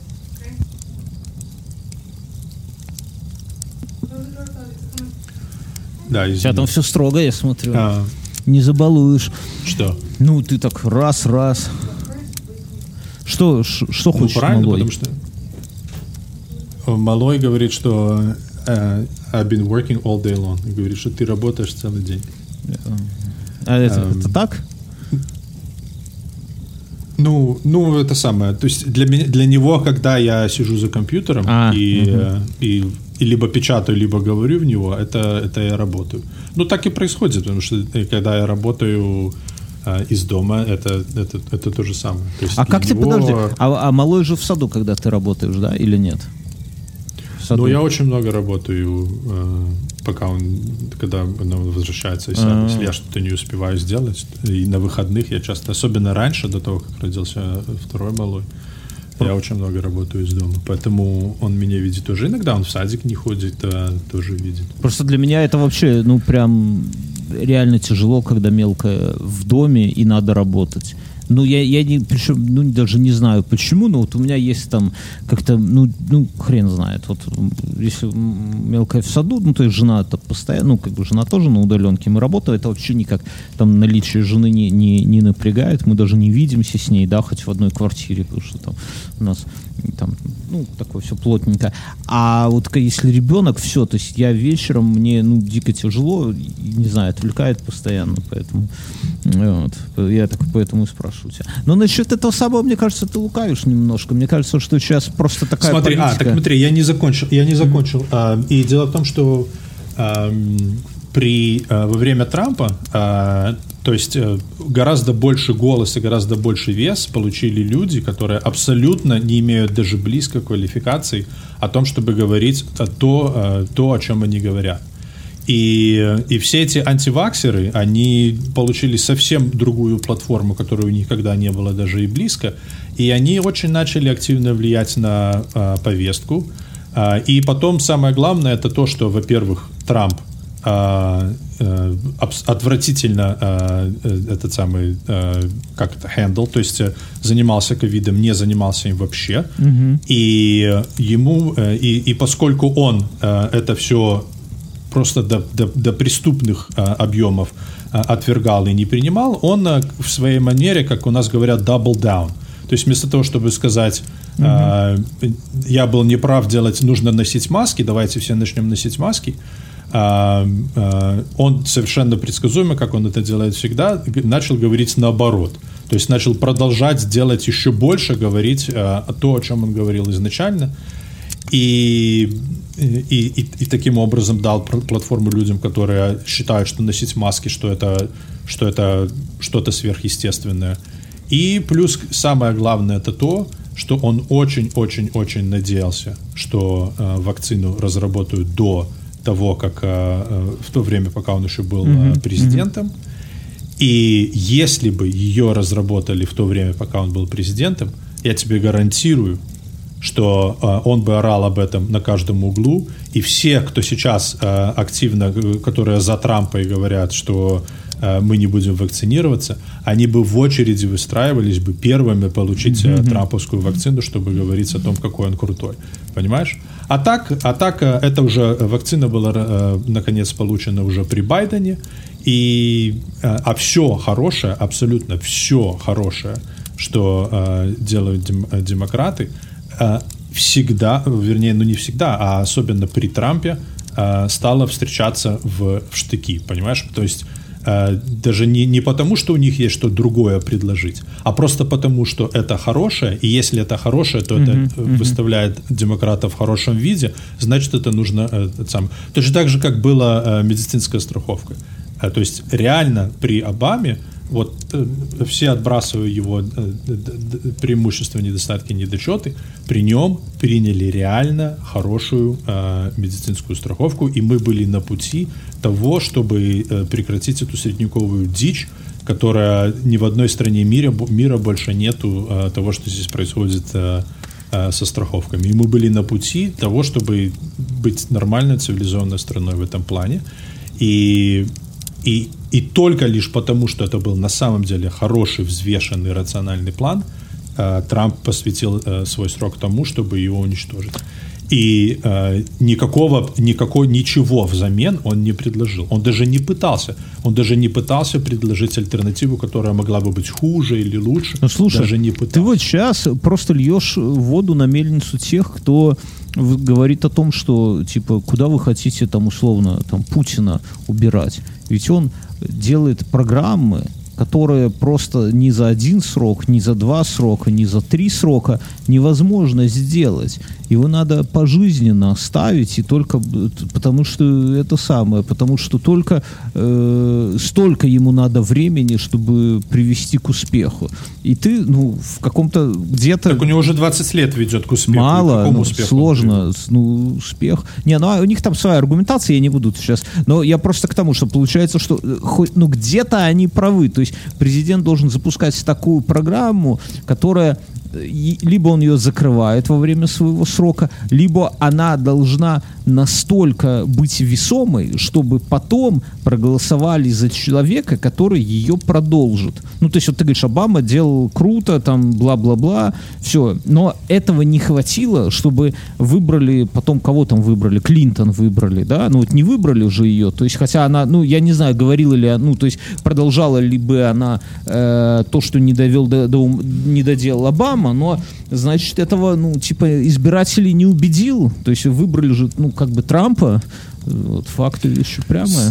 Да, извини. Сейчас там все строго, я смотрю. А, не забалуешь. что? Ну, ты так раз-раз. Что, ш, что Ну, хочешь, правильно, малой? потому что малой говорит, что uh, I've been working all day long. И говорит, что ты работаешь целый день. А это, Um, это так? Ну, ну, это самое. То есть для, меня, для него, когда я сижу за компьютером а, и, угу. и, и либо печатаю, либо говорю в него, это, это я работаю. Ну, так и происходит, потому что когда я работаю а, из дома, это, это, это то же самое. То есть а как него... ты, подожди, а, а малой же в саду, когда ты работаешь, да, или нет? Ну, я очень много работаю, пока он, когда он возвращается из сада. Если я что-то не успеваю сделать, и на выходных я часто, особенно раньше, до того, как родился второй малой, я очень много работаю из дома. Поэтому он меня видит тоже. Иногда он в садик не ходит, а тоже видит. Просто для меня это вообще, ну, прям реально тяжело, когда мелкая в доме и надо работать. Ну, я, я не, причем, ну, даже не знаю почему, но вот у меня есть там как-то, ну, ну, хрен знает, вот если мелкая в саду, ну, то есть жена-то постоянно, ну, как бы жена тоже на удаленке, мы работаем, это вообще никак, там, наличие жены не, не, не напрягает, мы даже не видимся с ней, да, хоть в одной квартире, потому что там у нас там, ну, такое все плотненько. А вот если ребенок, все, то есть я вечером, мне, ну, дико тяжело, не знаю, отвлекает постоянно, поэтому, вот, я так поэтому и спрашиваю тебя. Но насчет этого самого, мне кажется, ты лукавишь немножко. Мне кажется, что сейчас просто такая Смотри, политика... а, так смотри, я не закончил, я не закончил. А, и дело в том, что а, при, а, во время Трампа, а, то есть а, гораздо больше голос и гораздо больше вес получили люди, которые абсолютно не имеют даже близко квалификации о том, чтобы говорить то, а, то о чем они говорят. И, и все эти антиваксеры, они получили совсем другую платформу, которой у них никогда не было даже и близко, и они очень начали активно влиять на а, повестку. А, и потом самое главное, это то, что, во-первых, Трамп а, а, отвратительно а, этот самый, а, как это, handle, то есть занимался ковидом, не занимался им вообще. Mm-hmm. И ему, и, и поскольку он а, это все... просто до, до, до преступных а, объемов отвергал и не принимал, он в своей манере, как у нас говорят, double down. То есть вместо того, чтобы сказать, mm-hmm. э, я был неправ, делать, нужно носить маски, давайте все начнем носить маски, э, э, он совершенно предсказуемо, как он это делает всегда, начал говорить наоборот. То есть начал продолжать делать еще больше, говорить э, то, о чем он говорил изначально. И, и, и, и таким образом дал платформу людям, которые считают, что носить маски, что это, что это что-то сверхъестественное. И плюс самое главное это то, что он очень-очень-очень надеялся, что э, вакцину разработают до того, как э, в то время, пока он еще был mm-hmm. президентом. И если бы ее разработали в то время, пока он был президентом, я тебе гарантирую, что э, он бы орал об этом на каждом углу, и все, кто сейчас э, активно, которые за Трампа и говорят, что э, мы не будем вакцинироваться, они бы в очереди выстраивались бы первыми получить э, mm-hmm. трамповскую вакцину, чтобы говорить о том, какой он крутой. Понимаешь? А так, а так э, это уже вакцина была э, наконец получена уже при Байдене, и, э, а все хорошее, абсолютно все хорошее, что э, делают дем, демократы, всегда, вернее, ну не всегда, а особенно при Трампе стало встречаться в, в штыки, понимаешь? То есть даже не, не потому, что у них есть что другое предложить, а просто потому, что это хорошее, и если это хорошее, то mm-hmm, это mm-hmm. выставляет демократов в хорошем виде, значит, это нужно... Это сам. Точно так же, как была медицинская страховка. То есть реально при Обаме вот все отбрасывая его преимущества, недостатки, недочеты, при нем приняли реально хорошую э, медицинскую страховку, и мы были на пути того, чтобы э, прекратить эту средневековую дичь, которая ни в одной стране мира, мира больше нету э, того, что здесь происходит э, э, со страховками. И мы были на пути того, чтобы быть нормальной, цивилизованной страной в этом плане. И И, и только лишь потому, что это был на самом деле хороший, взвешенный, рациональный план, э, Трамп посвятил э, свой срок тому, чтобы его уничтожить. И э, никакого, никакой, ничего взамен он не предложил. Он даже не пытался. Он даже не пытался предложить альтернативу, которая могла бы быть хуже или лучше. Ну, слушай, даже не пытался. Ты вот сейчас просто льешь воду на мельницу тех, кто говорит о том, что, типа, куда вы хотите, там, условно, там, Путина убирать. Ведь он делает программы, которые просто ни за один срок, ни за два срока, ни за три срока невозможно сделать. Его надо пожизненно ставить, и только потому что это самое, потому что только э, столько ему надо времени, чтобы привести к успеху. И ты, ну, в каком-то где-то... Так у него уже двадцать лет ведет к успеху. Мало, ну, сложно, ну, успех. Не, ну, у них там своя аргументация, я не буду сейчас, но я просто к тому, что получается, что хоть, ну, где-то они правы, то есть президент должен запускать такую программу, которая либо он ее закрывает во время своего срока, либо она должна настолько быть весомой, чтобы потом проголосовали за человека, который ее продолжит. Ну, то есть, вот ты говоришь, Обама делал круто, там, бла-бла-бла, все. Но этого не хватило, чтобы выбрали, потом кого там выбрали? Клинтон выбрали, да? Ну, вот не выбрали уже ее. То есть, хотя она, ну, я не знаю, говорила ли она, ну, то есть, продолжала ли бы она э, то, что не довел, до, до, не доделал Обама, но, значит, этого, ну, типа, избирателей не убедил. То есть, выбрали же, ну, как бы Трампа. Вот, факты вещи прямые.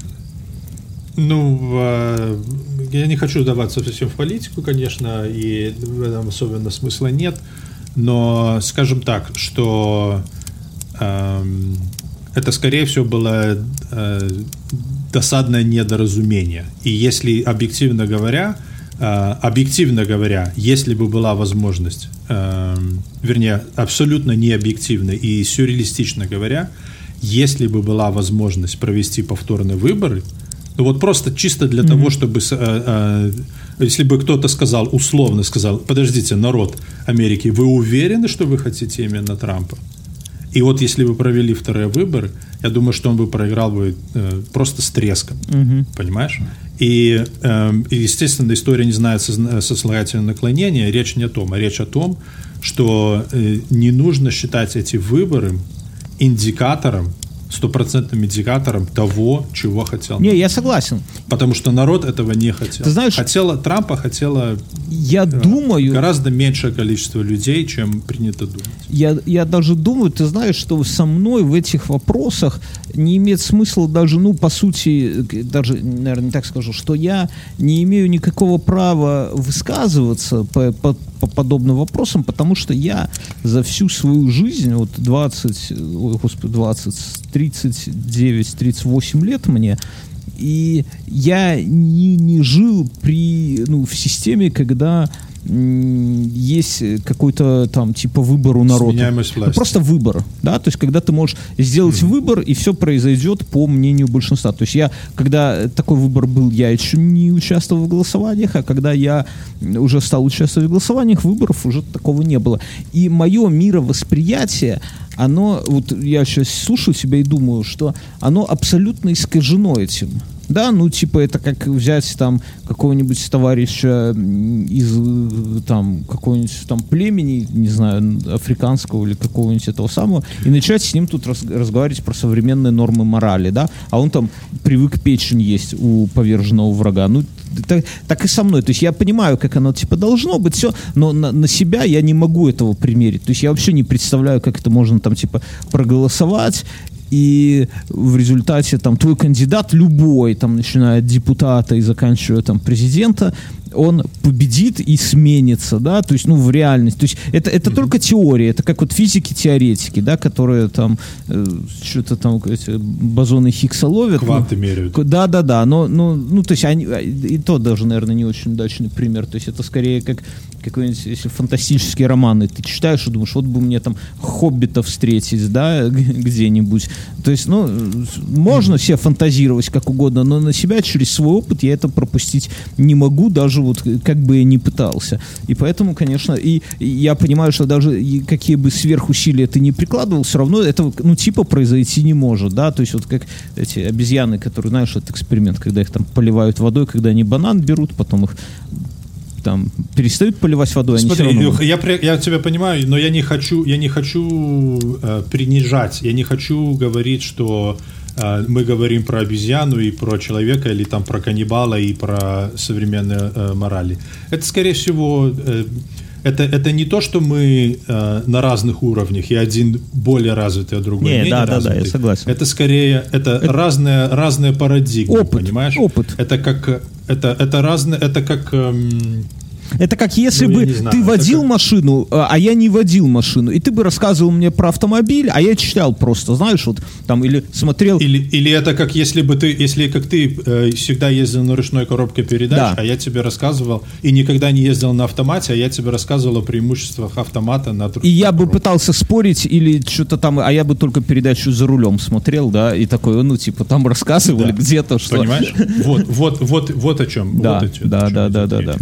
Ну, э, я не хочу вдаваться совсем в политику, конечно, и в этом особенно смысла нет, но скажем так, что э, это, скорее всего, было э, досадное недоразумение. И если, объективно говоря, э, объективно говоря, если бы была возможность, э, вернее, абсолютно необъективно и сюрреалистично говоря, если бы была возможность провести повторные выборы, ну вот просто чисто для mm-hmm. того, чтобы, э, э, если бы кто-то сказал, условно сказал, подождите, народ Америки, вы уверены, что вы хотите именно Трампа? И вот если бы провели вторые выборы, я думаю, что он бы проиграл бы э, просто с треском, mm-hmm. понимаешь? И, э, естественно, история не знает сослагательного наклонения, речь не о том, а речь о том, что э, не нужно считать эти выборы индикатором стопроцентным индикатором того, чего хотел. Не, я согласен. Потому что народ этого не хотел. Ты знаешь, хотела, Трампа хотела я думаю, гораздо меньшее количество людей, чем принято думать. Я, я даже думаю, ты знаешь, что со мной в этих вопросах не имеет смысла даже, ну, по сути, даже, наверное, не так скажу, что я не имею никакого права высказываться по, по, по подобным вопросам, потому что я за всю свою жизнь, вот двадцать, ой, господи, двадцать, тридцать девять, тридцать восемь лет мне, и я не, не жил при, ну, в системе, когда есть какой-то там типа выбор у народа. Сменяемость власти. Ну, просто выбор, да, то есть когда ты можешь сделать mm-hmm. выбор, и все произойдет по мнению большинства. То есть я, когда такой выбор был, я еще не участвовал в голосованиях, а когда я уже стал участвовать в голосованиях, выборов уже такого не было. И мое мировосприятие, оно, вот я сейчас слушаю себя и думаю, что оно абсолютно искажено этим. Да, ну, типа, это как взять там какого-нибудь товарища из там какого-нибудь там племени, не знаю, африканского или какого-нибудь этого самого, и начать с ним тут раз, разговаривать про современные нормы морали, да, а он там привык печень есть у поверженного врага. Ну, так, так и со мной. То есть я понимаю, как оно, типа, должно быть, все, но на, на себя я не могу этого примерить. То есть я вообще не представляю, как это можно там, типа, проголосовать, и в результате там твой кандидат любой, там, начиная от депутата и заканчивая там президента, он победит и сменится, да, то есть, ну, в реальности. То есть это, это mm-hmm. только теория, это как вот физики-теоретики, да, которые там э, что-то там эти бозоны Хиггса ловят. Кванты ну, меряют. Да-да-да, но, но, ну, то есть они, и то даже, наверное, не очень удачный пример, то есть это скорее как какой-нибудь, если фантастические романы ты читаешь и думаешь, вот бы мне там хоббита встретить, да, где-нибудь. То есть, ну, можно себе фантазировать как угодно, но на себя через свой опыт я это пропустить не могу, даже вот как бы я ни пытался. И поэтому, конечно, и, и я понимаю, что даже и какие бы сверхусилия ты не прикладывал, все равно это, ну, типа произойти не может, да, то есть вот как эти обезьяны, которые, знаешь, этот эксперимент, когда их там поливают водой, когда они банан берут, потом их там перестают поливать водой, Смотри, они все равно... я, я тебя понимаю, но я не хочу, я не хочу э, принижать, я не хочу говорить, что э, мы говорим про обезьяну и про человека, или там про каннибала и про современные э, морали. Это, скорее всего, э, это, это не то, что мы э, на разных уровнях, и один более развитый, а другой не, менее да, развитый. Да, да, я согласен. Это скорее, это, это... разные, разные парадигмы, опыт, понимаешь? Опыт. Это как, это, это разные, это как... Эм... Это как если ну, бы знаю, ты водил как... машину, а я не водил машину, и ты бы рассказывал мне про автомобиль, а я читал просто, знаешь, вот там, или смотрел... Или, или это как если бы ты, если как ты э, всегда ездил на ручной коробке передач, да. а я тебе рассказывал, и никогда не ездил на автомате, а я тебе рассказывал о преимуществах автомата над ручной И я коробкой. бы пытался спорить, или что-то там, а я бы только передачу «За рулем» смотрел, да, и такой, ну, типа, там рассказывали да. где-то, что... Понимаешь? Вот, вот, вот, вот о чем. Да, вот о, да, о чем да, да, да, да.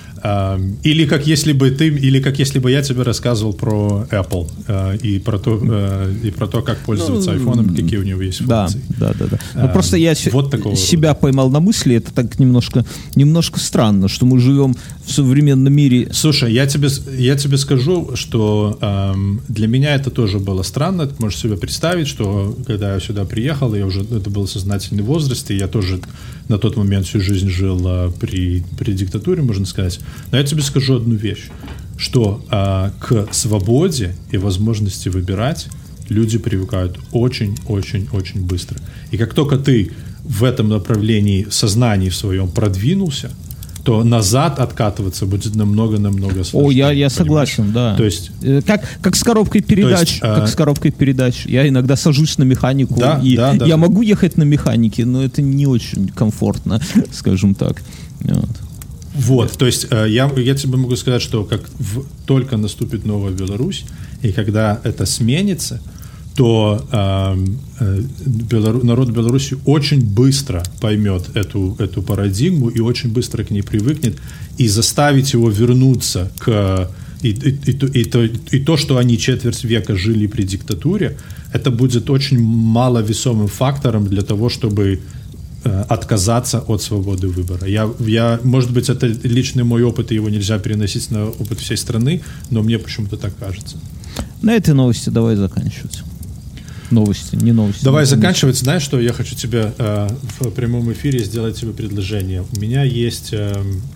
Или как если бы ты, или как если бы я тебе рассказывал про Apple э, и про то, э, и про то, как пользоваться ну, айфоном, какие у него есть функции. Да, да, да. да. Ну, просто я вот себя рода. поймал на мысли, это так немножко, немножко странно, что мы живем в современном мире. Слушай, я тебе, я тебе скажу, что эм, для меня это тоже было странно. Ты можешь себе представить, что когда я сюда приехал, я уже это был сознательный возраст, и я тоже на тот момент всю жизнь жил э, при, при диктатуре, можно сказать. Но я тебе скажу одну вещь, что э, к свободе и возможности выбирать люди привыкают очень-очень-очень быстро. И как только ты в этом направлении сознания в своем продвинулся, то назад откатываться будет намного-намного сложнее. О, я, я согласен, да. То есть, как, как с коробкой передач, есть, как а... с коробкой передач. Я иногда сажусь на механику, да, и да, да, я да. могу ехать на механике, но это не очень комфортно, скажем так. Вот. Вот, то есть я, я тебе могу сказать, что как в, только наступит новая Беларусь, и когда это сменится, то э, э, Белору, народ Беларуси очень быстро поймет эту, эту парадигму и очень быстро к ней привыкнет, и заставить его вернуться к... И, и, и, и, то, и то, что они четверть века жили при диктатуре, это будет очень маловесомым фактором для того, чтобы э, отказаться от свободы выбора. Я, я, может быть, это личный мой опыт, и его нельзя переносить на опыт всей страны, но мне почему-то так кажется. На этой новости давай заканчивать. новости, не новости. Давай не заканчивать. Знаешь, что я хочу тебе э, в прямом эфире сделать тебе предложение. У меня есть э,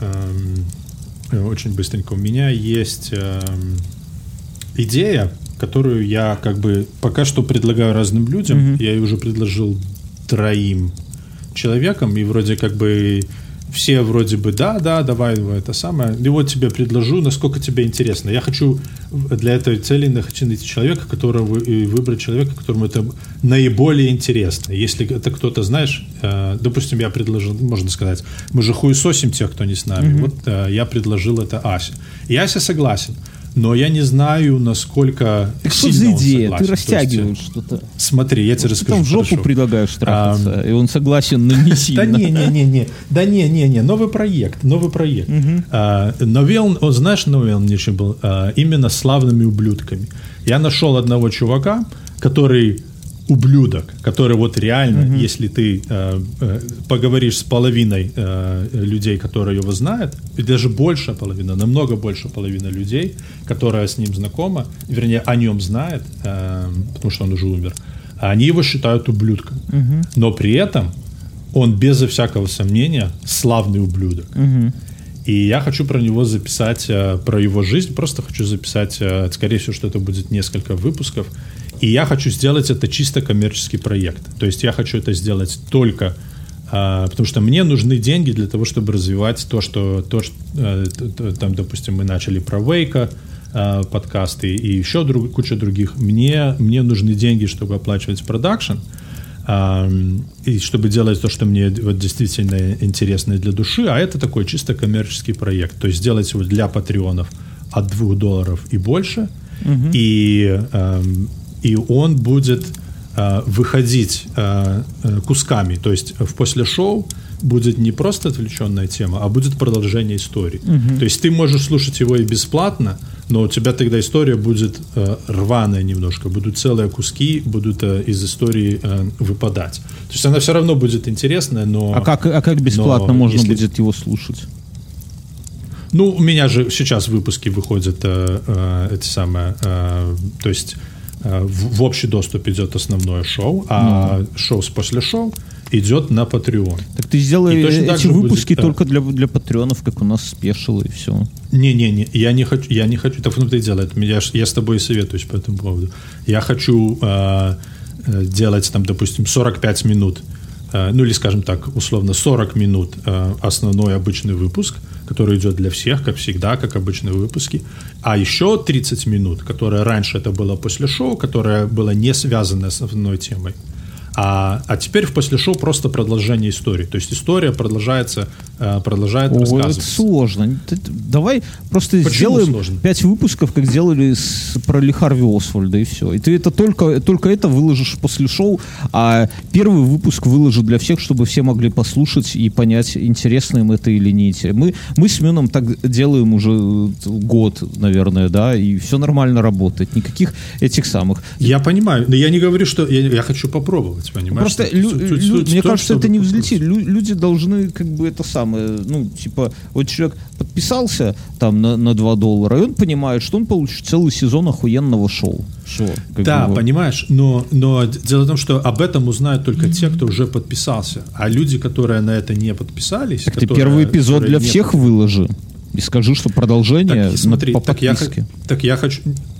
э, очень быстренько. У меня есть э, идея, которую я как бы пока что предлагаю разным людям. Mm-hmm. Я ее уже предложил троим человекам, и вроде как бы все вроде бы да, да, давай это самое. И вот тебе предложу, насколько тебе интересно. Я хочу для этой цели найти человека, которого, и выбрать человека, которому это наиболее интересно. Если это кто-то, знаешь, э, допустим, я предложил, можно сказать, мы же хуесосим тех, кто не с нами. Mm-hmm. Вот э, я предложил это Ася. И Ася согласен. Но я не знаю, насколько так сильно что за он идея? согласен. Ты растягиваешь есть, что-то. Смотри, я тебе Может, расскажу. Ты там в жопу хорошо. предлагаешь трахаться, а, и он согласен, но не сильно. Да не-не-не-не. Да не-не-не. Новый проект. Новый проект. Новел, он, знаешь, Новел мне еще был именно славными ублюдками. Я нашел одного чувака, который ублюдок, который вот реально, mm-hmm. если ты э, э, поговоришь с половиной э, людей, которые его знают, и даже больше половина, намного больше половины людей, которая с ним знакома, вернее, о нем знает, э, потому что он уже умер, они его считают ублюдком. Mm-hmm. Но при этом он безо всякого сомнения славный ублюдок. Mm-hmm. И я хочу про него записать, э, про его жизнь, просто хочу записать, э, скорее всего, что это будет несколько выпусков. И я хочу сделать это чисто коммерческий проект. То есть я хочу это сделать только, э, потому что мне нужны деньги для того, чтобы развивать то, что, то, что э, там, допустим, мы начали про Вейка, э, подкасты и еще друг, куча других. Мне, мне нужны деньги, чтобы оплачивать продакшн. И чтобы делать то, что мне вот действительно интересно для души, а это такой чисто коммерческий проект. То есть сделать его для патреонов от двух долларов и больше, угу. и, и он будет выходить кусками. То есть в после шоу будет не просто отвлеченная тема, а будет продолжение истории. Угу. То есть ты можешь слушать его и бесплатно, но у тебя тогда история будет э, рваная немножко, будут целые куски, будут э, из истории э, выпадать. То есть она все равно будет интересная, но... А как, а как бесплатно но можно если... будет его слушать? Ну, у меня же сейчас выпуски выходят э, э, эти самые... Э, то есть э, в, в общий доступ идет основное шоу, а ну. шоу с после шоу идет на Patreon. Так ты сделай эти выпуски будет, только для, для патреонов, как у нас спешило, и все. Не-не-не, я не хочу, я не хочу, так внутри делать, я, я с тобой советуюсь по этому поводу. Я хочу э, делать, там, допустим, сорок пять минут, э, ну или, скажем так, условно, сорок минут э, основной обычный выпуск, который идет для всех, как всегда, как обычные выпуски, а еще тридцать минут, которое раньше это было после шоу, которое было не связано с основной темой. А, а теперь в после шоу просто продолжение истории. То есть история продолжается, продолжает О, рассказываться. Это сложно. Давай просто Почему сделаем сложно? пять выпусков, как сделали с, про Ли Харви Освальда, и все. И ты это только, только это выложишь после шоу, а первый выпуск выложу для всех, чтобы все могли послушать и понять, интересно им это или не интересно. Мы, мы с Мюном так делаем уже год, наверное, да, и все нормально работает. Никаких этих самых... Я понимаю, но я не говорю, что... Я, я хочу попробовать. Понимаешь? Просто лю- лю- лю- мне кажется, это не взлетит. Лю- люди должны как бы это самое, ну, типа, вот человек подписался там на, на два доллара, и он понимает, что он получит целый сезон охуенного шоу. Шо, да, бы, понимаешь, но, но дело в том, что об этом узнают только те, кто уже подписался. А люди, которые на это не подписались... Так которые, ты первый эпизод для не всех под... выложи. И скажи, что продолжение так, смотри, по так я, так я хочу...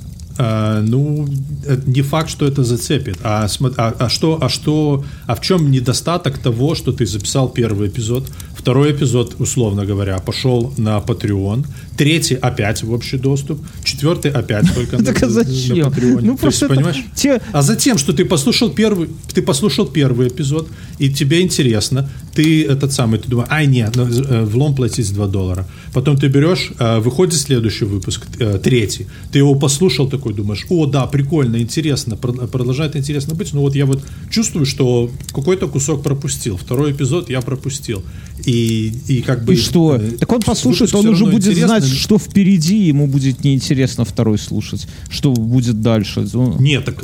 Uh, ну, не факт, что это зацепит. А, а, а, что, а, что, а в чем недостаток того, что ты записал первый эпизод, второй эпизод, условно говоря, пошел на Patreon, третий опять в общий доступ, четвертый опять только на Patreon. Ну, просто понимаешь? А затем, что ты послушал первый, ты послушал первый эпизод, и тебе интересно, ты этот самый, ты думаешь, ай, нет, влом платить два доллара. Потом ты берешь, выходит следующий выпуск, третий, ты его послушал, такой думаешь, о, да, прикольно, интересно, продолжает интересно быть, но вот я вот чувствую, что какой-то кусок пропустил, второй эпизод я пропустил. И, и как бы... И что? Э, так он послушает, он уже будет интересно. Знать, что впереди, ему будет неинтересно второй слушать, что будет дальше. Нет, так...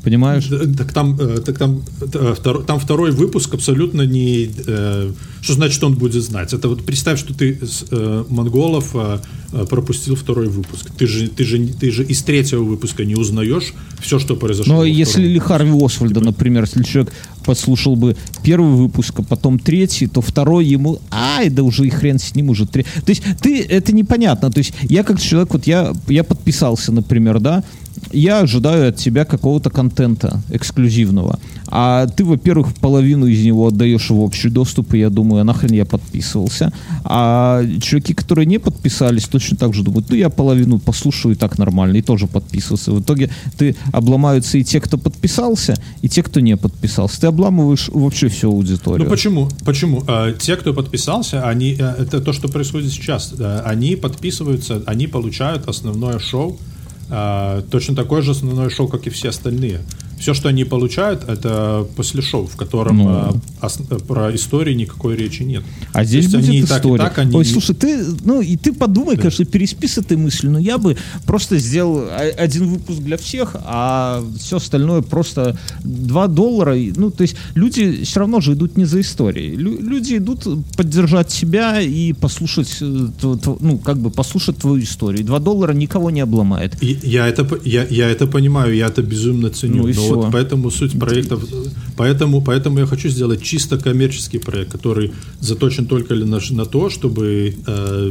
Понимаешь? Так там, так там, там второй выпуск абсолютно не... Что значит он будет знать? Это вот представь, что ты с монголов пропустил второй выпуск. Ты же, ты же, ты же из третьего выпуска не узнаешь все, что произошло. Но если Ли Харви Освальда, типа... например, если человек послушал бы первый выпуск, а потом третий, то второй ему, ай, да уже и хрен с ним, уже третий. То есть ты, это непонятно. То есть я как человек, вот я, я подписался, например, да, я ожидаю от тебя какого-то контента эксклюзивного. А ты, во-первых, половину из него отдаешь в общий доступ, и я думаю, а нахрен я подписывался. А чуваки, которые не подписались, точно так же думают, ну, я половину послушаю и так нормально, и тоже подписывался. В итоге ты обломаются и те, кто подписался, и те, кто не подписался. Ты обламываешь вообще всю аудиторию. Ну, почему? Почему? А, те, кто подписался, они, это то, что происходит сейчас. Они подписываются, они получают основное шоу, Uh, точно такое же основное шоу, как и все остальные. Все, что они получают, это после шоу, в котором ну. uh, ос- про истории никакой речи нет. А здесь будет они история. И так, и так, они... Ой, слушай, ты, ну и ты подумай, да. конечно, переспи с этой мыслью, но я бы просто сделал один выпуск для всех, а все остальное просто два доллара. Ну, то есть люди все равно же идут не за историей. Лю- люди идут поддержать себя и послушать, ну, как бы послушать твою историю. Два доллара никого не обломает. И, я, это, я, я это понимаю, я это безумно ценю. Ну, но вот поэтому суть проектов, поэтому, поэтому я хочу сделать чисто коммерческий проект, который заточен только на, на то, чтобы э,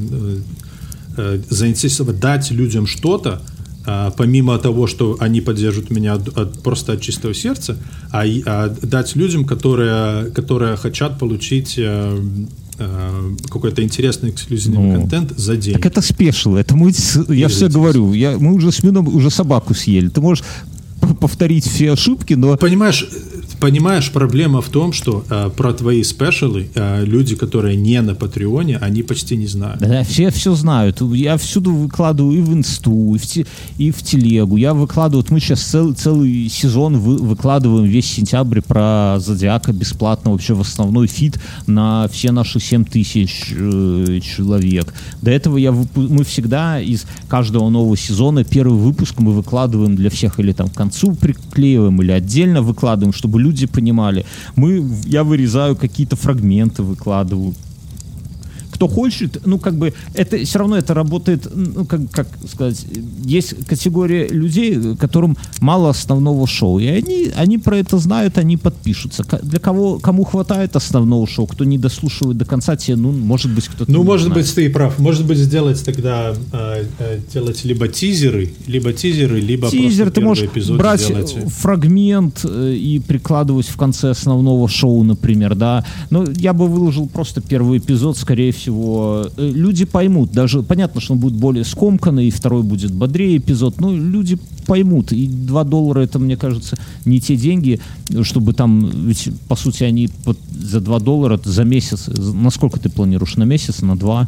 э, заинтересовать, дать людям что-то, э, помимо того, что они поддерживают меня от, от, просто от чистого сердца, а, а дать людям, которые, которые хотят получить... Э, какой-то интересный эксклюзивный ну, контент за день. Так это спешил. Это мы, я все говорю, я, мы уже с Мином уже собаку съели. Ты можешь повторить все ошибки, но... Понимаешь, понимаешь, проблема в том, что э, про твои спешалы э, люди, которые не на Патреоне, они почти не знают. Да, все все знают. Я всюду выкладываю и в инсту, и в, те, и в телегу. Я выкладываю, вот мы сейчас цел, целый сезон вы, выкладываем весь сентябрь про Зодиака бесплатно, вообще в основной фид на все наши семь тысяч э, человек. До этого я выпу- мы всегда из каждого нового сезона первый выпуск мы выкладываем для всех или там к концу приклеиваем, или отдельно выкладываем, чтобы люди понимали. Мы, я вырезаю какие-то фрагменты, выкладываю. Кто хочет, ну, как бы, это все равно это работает, ну, как, как сказать, есть категория людей, которым мало основного шоу, и они, они про это знают, они подпишутся. Для кого, кому хватает основного шоу, кто не дослушивает до конца, те, ну, может быть, кто-то Ну, может знает. быть, ты и прав. Может быть, сделать тогда, э, э, делать либо тизеры, либо тизеры, либо Тизер, просто ты можешь эпизод брать сделать. фрагмент э, и прикладывать в конце основного шоу, например, да. Но я бы выложил просто первый эпизод, скорее всего, люди поймут, даже понятно, что он будет более скомканный, и второй будет бодрее эпизод, но люди поймут, и два доллара это, мне кажется, не те деньги, чтобы там, ведь, по сути, они под, за два доллара за месяц, насколько ты планируешь, на месяц, на два,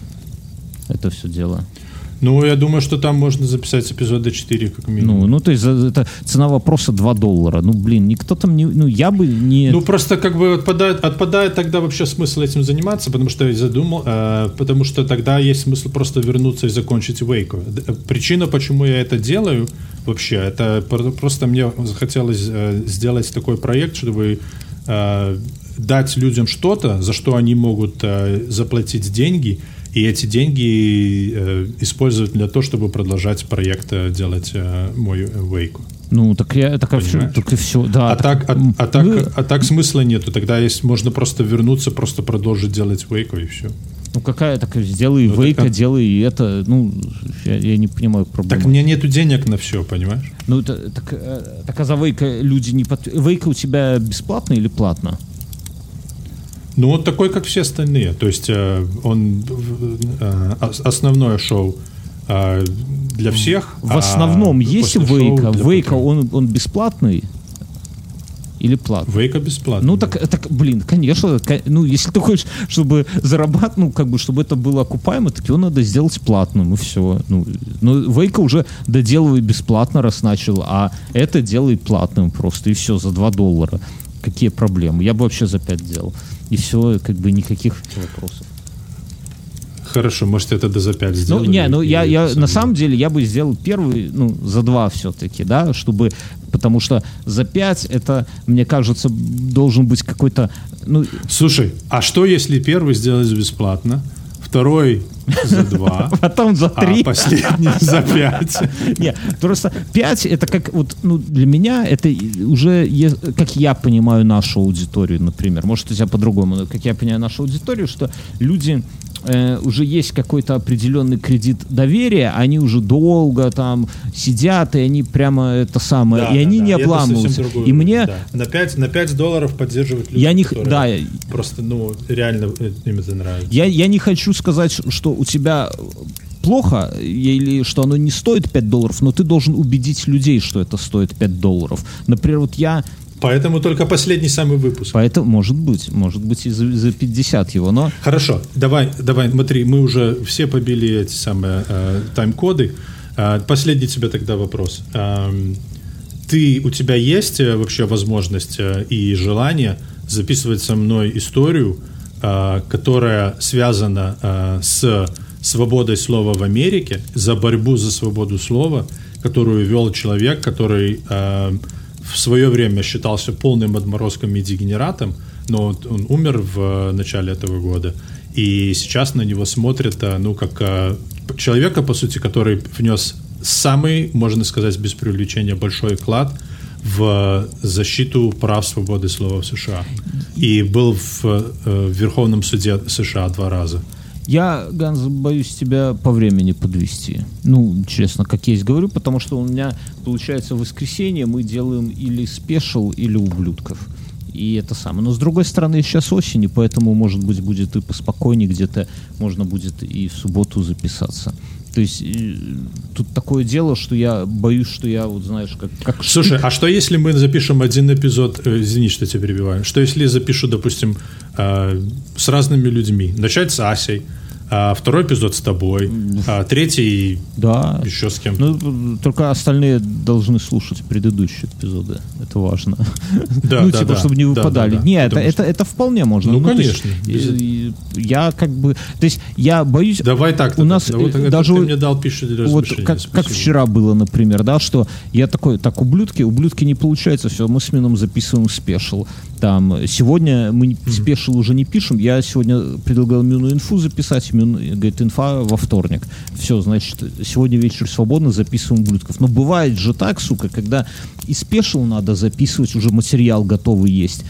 это все дело? Ну, я думаю, что там можно записать эпизода четыре, как минимум. Ну, ну, то есть это цена вопроса два доллара. Ну, блин, никто там не... Ну, я бы не... Ну, просто как бы отпадает, отпадает тогда вообще смысл этим заниматься, потому что я задумал, э, потому что тогда есть смысл просто вернуться и закончить Вейку. Причина, почему я это делаю вообще, это просто мне захотелось э, сделать такой проект, чтобы э, дать людям что-то, за что они могут э, заплатить деньги, и эти деньги э, использовать для того, чтобы продолжать проект э, делать э, мой Вейку. Ну, так я так, все, так и все. Да, а, так, так, а, а, так, ну, а так смысла нету. Тогда есть, можно просто вернуться, просто продолжить делать Вейку, и все. Ну, какая такая, сделай ну, Вейка, так, делай и это. Ну, я, я не понимаю проблемы. Так у меня нету денег на все, понимаешь? Ну, это, так, так а за Вейка люди не... Под... Вейка у тебя бесплатно или платно? Ну, он такой, как все остальные. То есть э, он э, основное шоу э, для всех. В основном а есть Вейка. Вейка, он, он бесплатный или платный? Вейка бесплатный. Ну, так, так, блин, конечно. Ну, если ты хочешь, чтобы зарабатывать, ну, как бы, чтобы это было окупаемо, так его надо сделать платным, и все. Ну, ну Вейка уже доделывай бесплатно, раз начал, а это делай платным просто, и все, за два доллара. Какие проблемы? Я бы вообще за пять делал. И все, как бы никаких вопросов. Хорошо, может, это за пять сделали? Ну, не, ну, я, я, на самом деле, я бы сделал первый, ну, за два все-таки, да, чтобы потому что за пять это, мне кажется, должен быть какой-то... Ну... Слушай, а что если первый сделать бесплатно, второй за два, потом за три, а последний за пять? Нет, просто пять это как вот, ну, для меня это уже, как я понимаю нашу аудиторию, например, может у тебя по-другому, но как я понимаю нашу аудиторию, что люди э, уже есть какой-то определенный кредит доверия, они уже долго там сидят, и они прямо это самое, да, и да, они да. не обламываются. И, и мне... Да. На пять, на пять долларов поддерживать людей, я не, которые да, просто, ну, реально им это нравится. Я, я не хочу сказать, что у тебя плохо, или что оно не стоит пять долларов, но ты должен убедить людей, что это стоит пять долларов. Например, вот я... Поэтому только последний самый выпуск. Поэтому, может быть, может быть и за, за пятьдесят его, но... Хорошо, давай, давай, смотри, мы уже все побили эти самые э, тайм-коды. Э, последний тебе тогда вопрос. Э, ты, у тебя есть вообще возможность э, и желание записывать со мной историю, э, которая связана э, с свободой слова в Америке, за борьбу за свободу слова, которую вел человек, который... Э, в свое время считался полным отморозком и дегенератом, но он умер в начале этого года, и сейчас на него смотрят, ну, как человека, по сути, который внес самый, можно сказать, без преувеличения, большой вклад в защиту прав свободы слова в США. И был в, в Верховном суде США два раза. Я, Ганс, боюсь тебя по времени подвести. Ну, честно, как есть говорю, потому что у меня, получается, в воскресенье мы делаем или спешл, или ублюдков. И это самое. Но, с другой стороны, сейчас осень, и поэтому, может быть, будет и поспокойнее, где-то можно будет и в субботу записаться. То есть тут такое дело, что я боюсь, что я, вот знаешь, как... как Слушай, штык. А что если мы запишем один эпизод, э, извини, что я тебя перебиваю, что если я запишу, допустим, э, с разными людьми, начать с Асей, а второй эпизод с тобой, а третий да. еще с кем-то. Ну, только остальные должны слушать предыдущие эпизоды. Это важно. Да, ну, да, типа, да. чтобы не выпадали. Да, да, да. Нет, это, что... это, это вполне можно. Ну, ну конечно. Есть, я как бы... То есть я боюсь... Давай так. У нас вот, даже... Ты мне дал пищу для вот размышления. как, как вчера было, например, да, что я такой, так, ублюдки, ублюдки не получается, все, мы с Мином записываем спешл. Там, сегодня мы mm-hmm. спешл уже не пишем, я сегодня предлагал Мину инфу записать, Мин говорит, инфа во вторник. Все, значит, сегодня вечер свободно, записываем ублюдков. Но бывает же так, сука, когда и спешл надо записывать, уже материал готовый есть,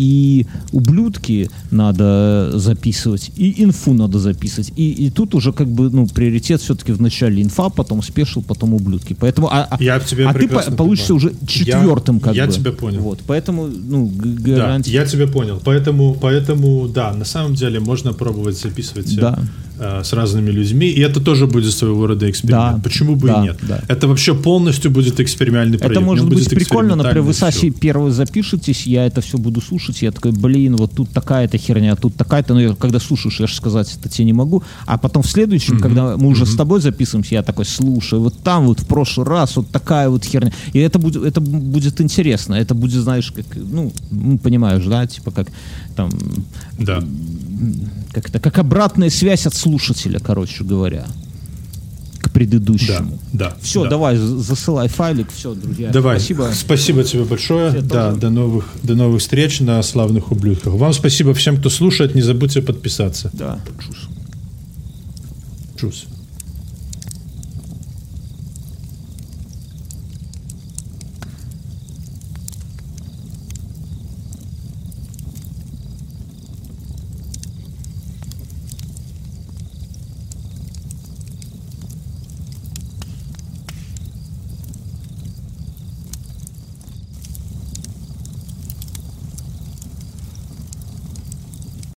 и ублюдки надо записывать, и инфу надо записывать. И, и тут уже как бы, ну, приоритет все-таки в начале инфа, потом спешл, потом ублюдки. Поэтому, а, я тебя а ты по- получишься уже четвертым, я, как я бы. Я тебя понял. Вот, поэтому, ну, гарантия. Да, я тебя понял. Поэтому, поэтому, да, на самом деле можно пробовать записывать да. э, с разными людьми, и это тоже будет своего рода эксперимент. Да. Почему бы да, и нет? Да. Это вообще полностью будет экспериментальный проект. Это может Он быть прикольно, например, вы с Асей все. первый запишетесь, я это все буду слушать, я такой, блин, вот тут такая-то херня, тут такая-то, но я, когда слушаешь, я же сказать это тебе не могу, а потом в следующем, mm-hmm. когда мы уже mm-hmm. с тобой записываемся, я такой, слушай, вот там вот в прошлый раз вот такая вот херня, и это будет, это будет интересно, это будет, знаешь, как, ну, ну понимаешь, да, типа как там, да. как это, как обратная связь от слушателя, короче говоря. К предыдущему. Да, да, все, да. давай, засылай файлик, все, друзья. Давай. Спасибо. Спасибо тебе большое. Тебе да, до новых, до новых встреч на славных ублюдках. Вам спасибо всем, кто слушает. Не забудьте подписаться. Да, чус. Чус.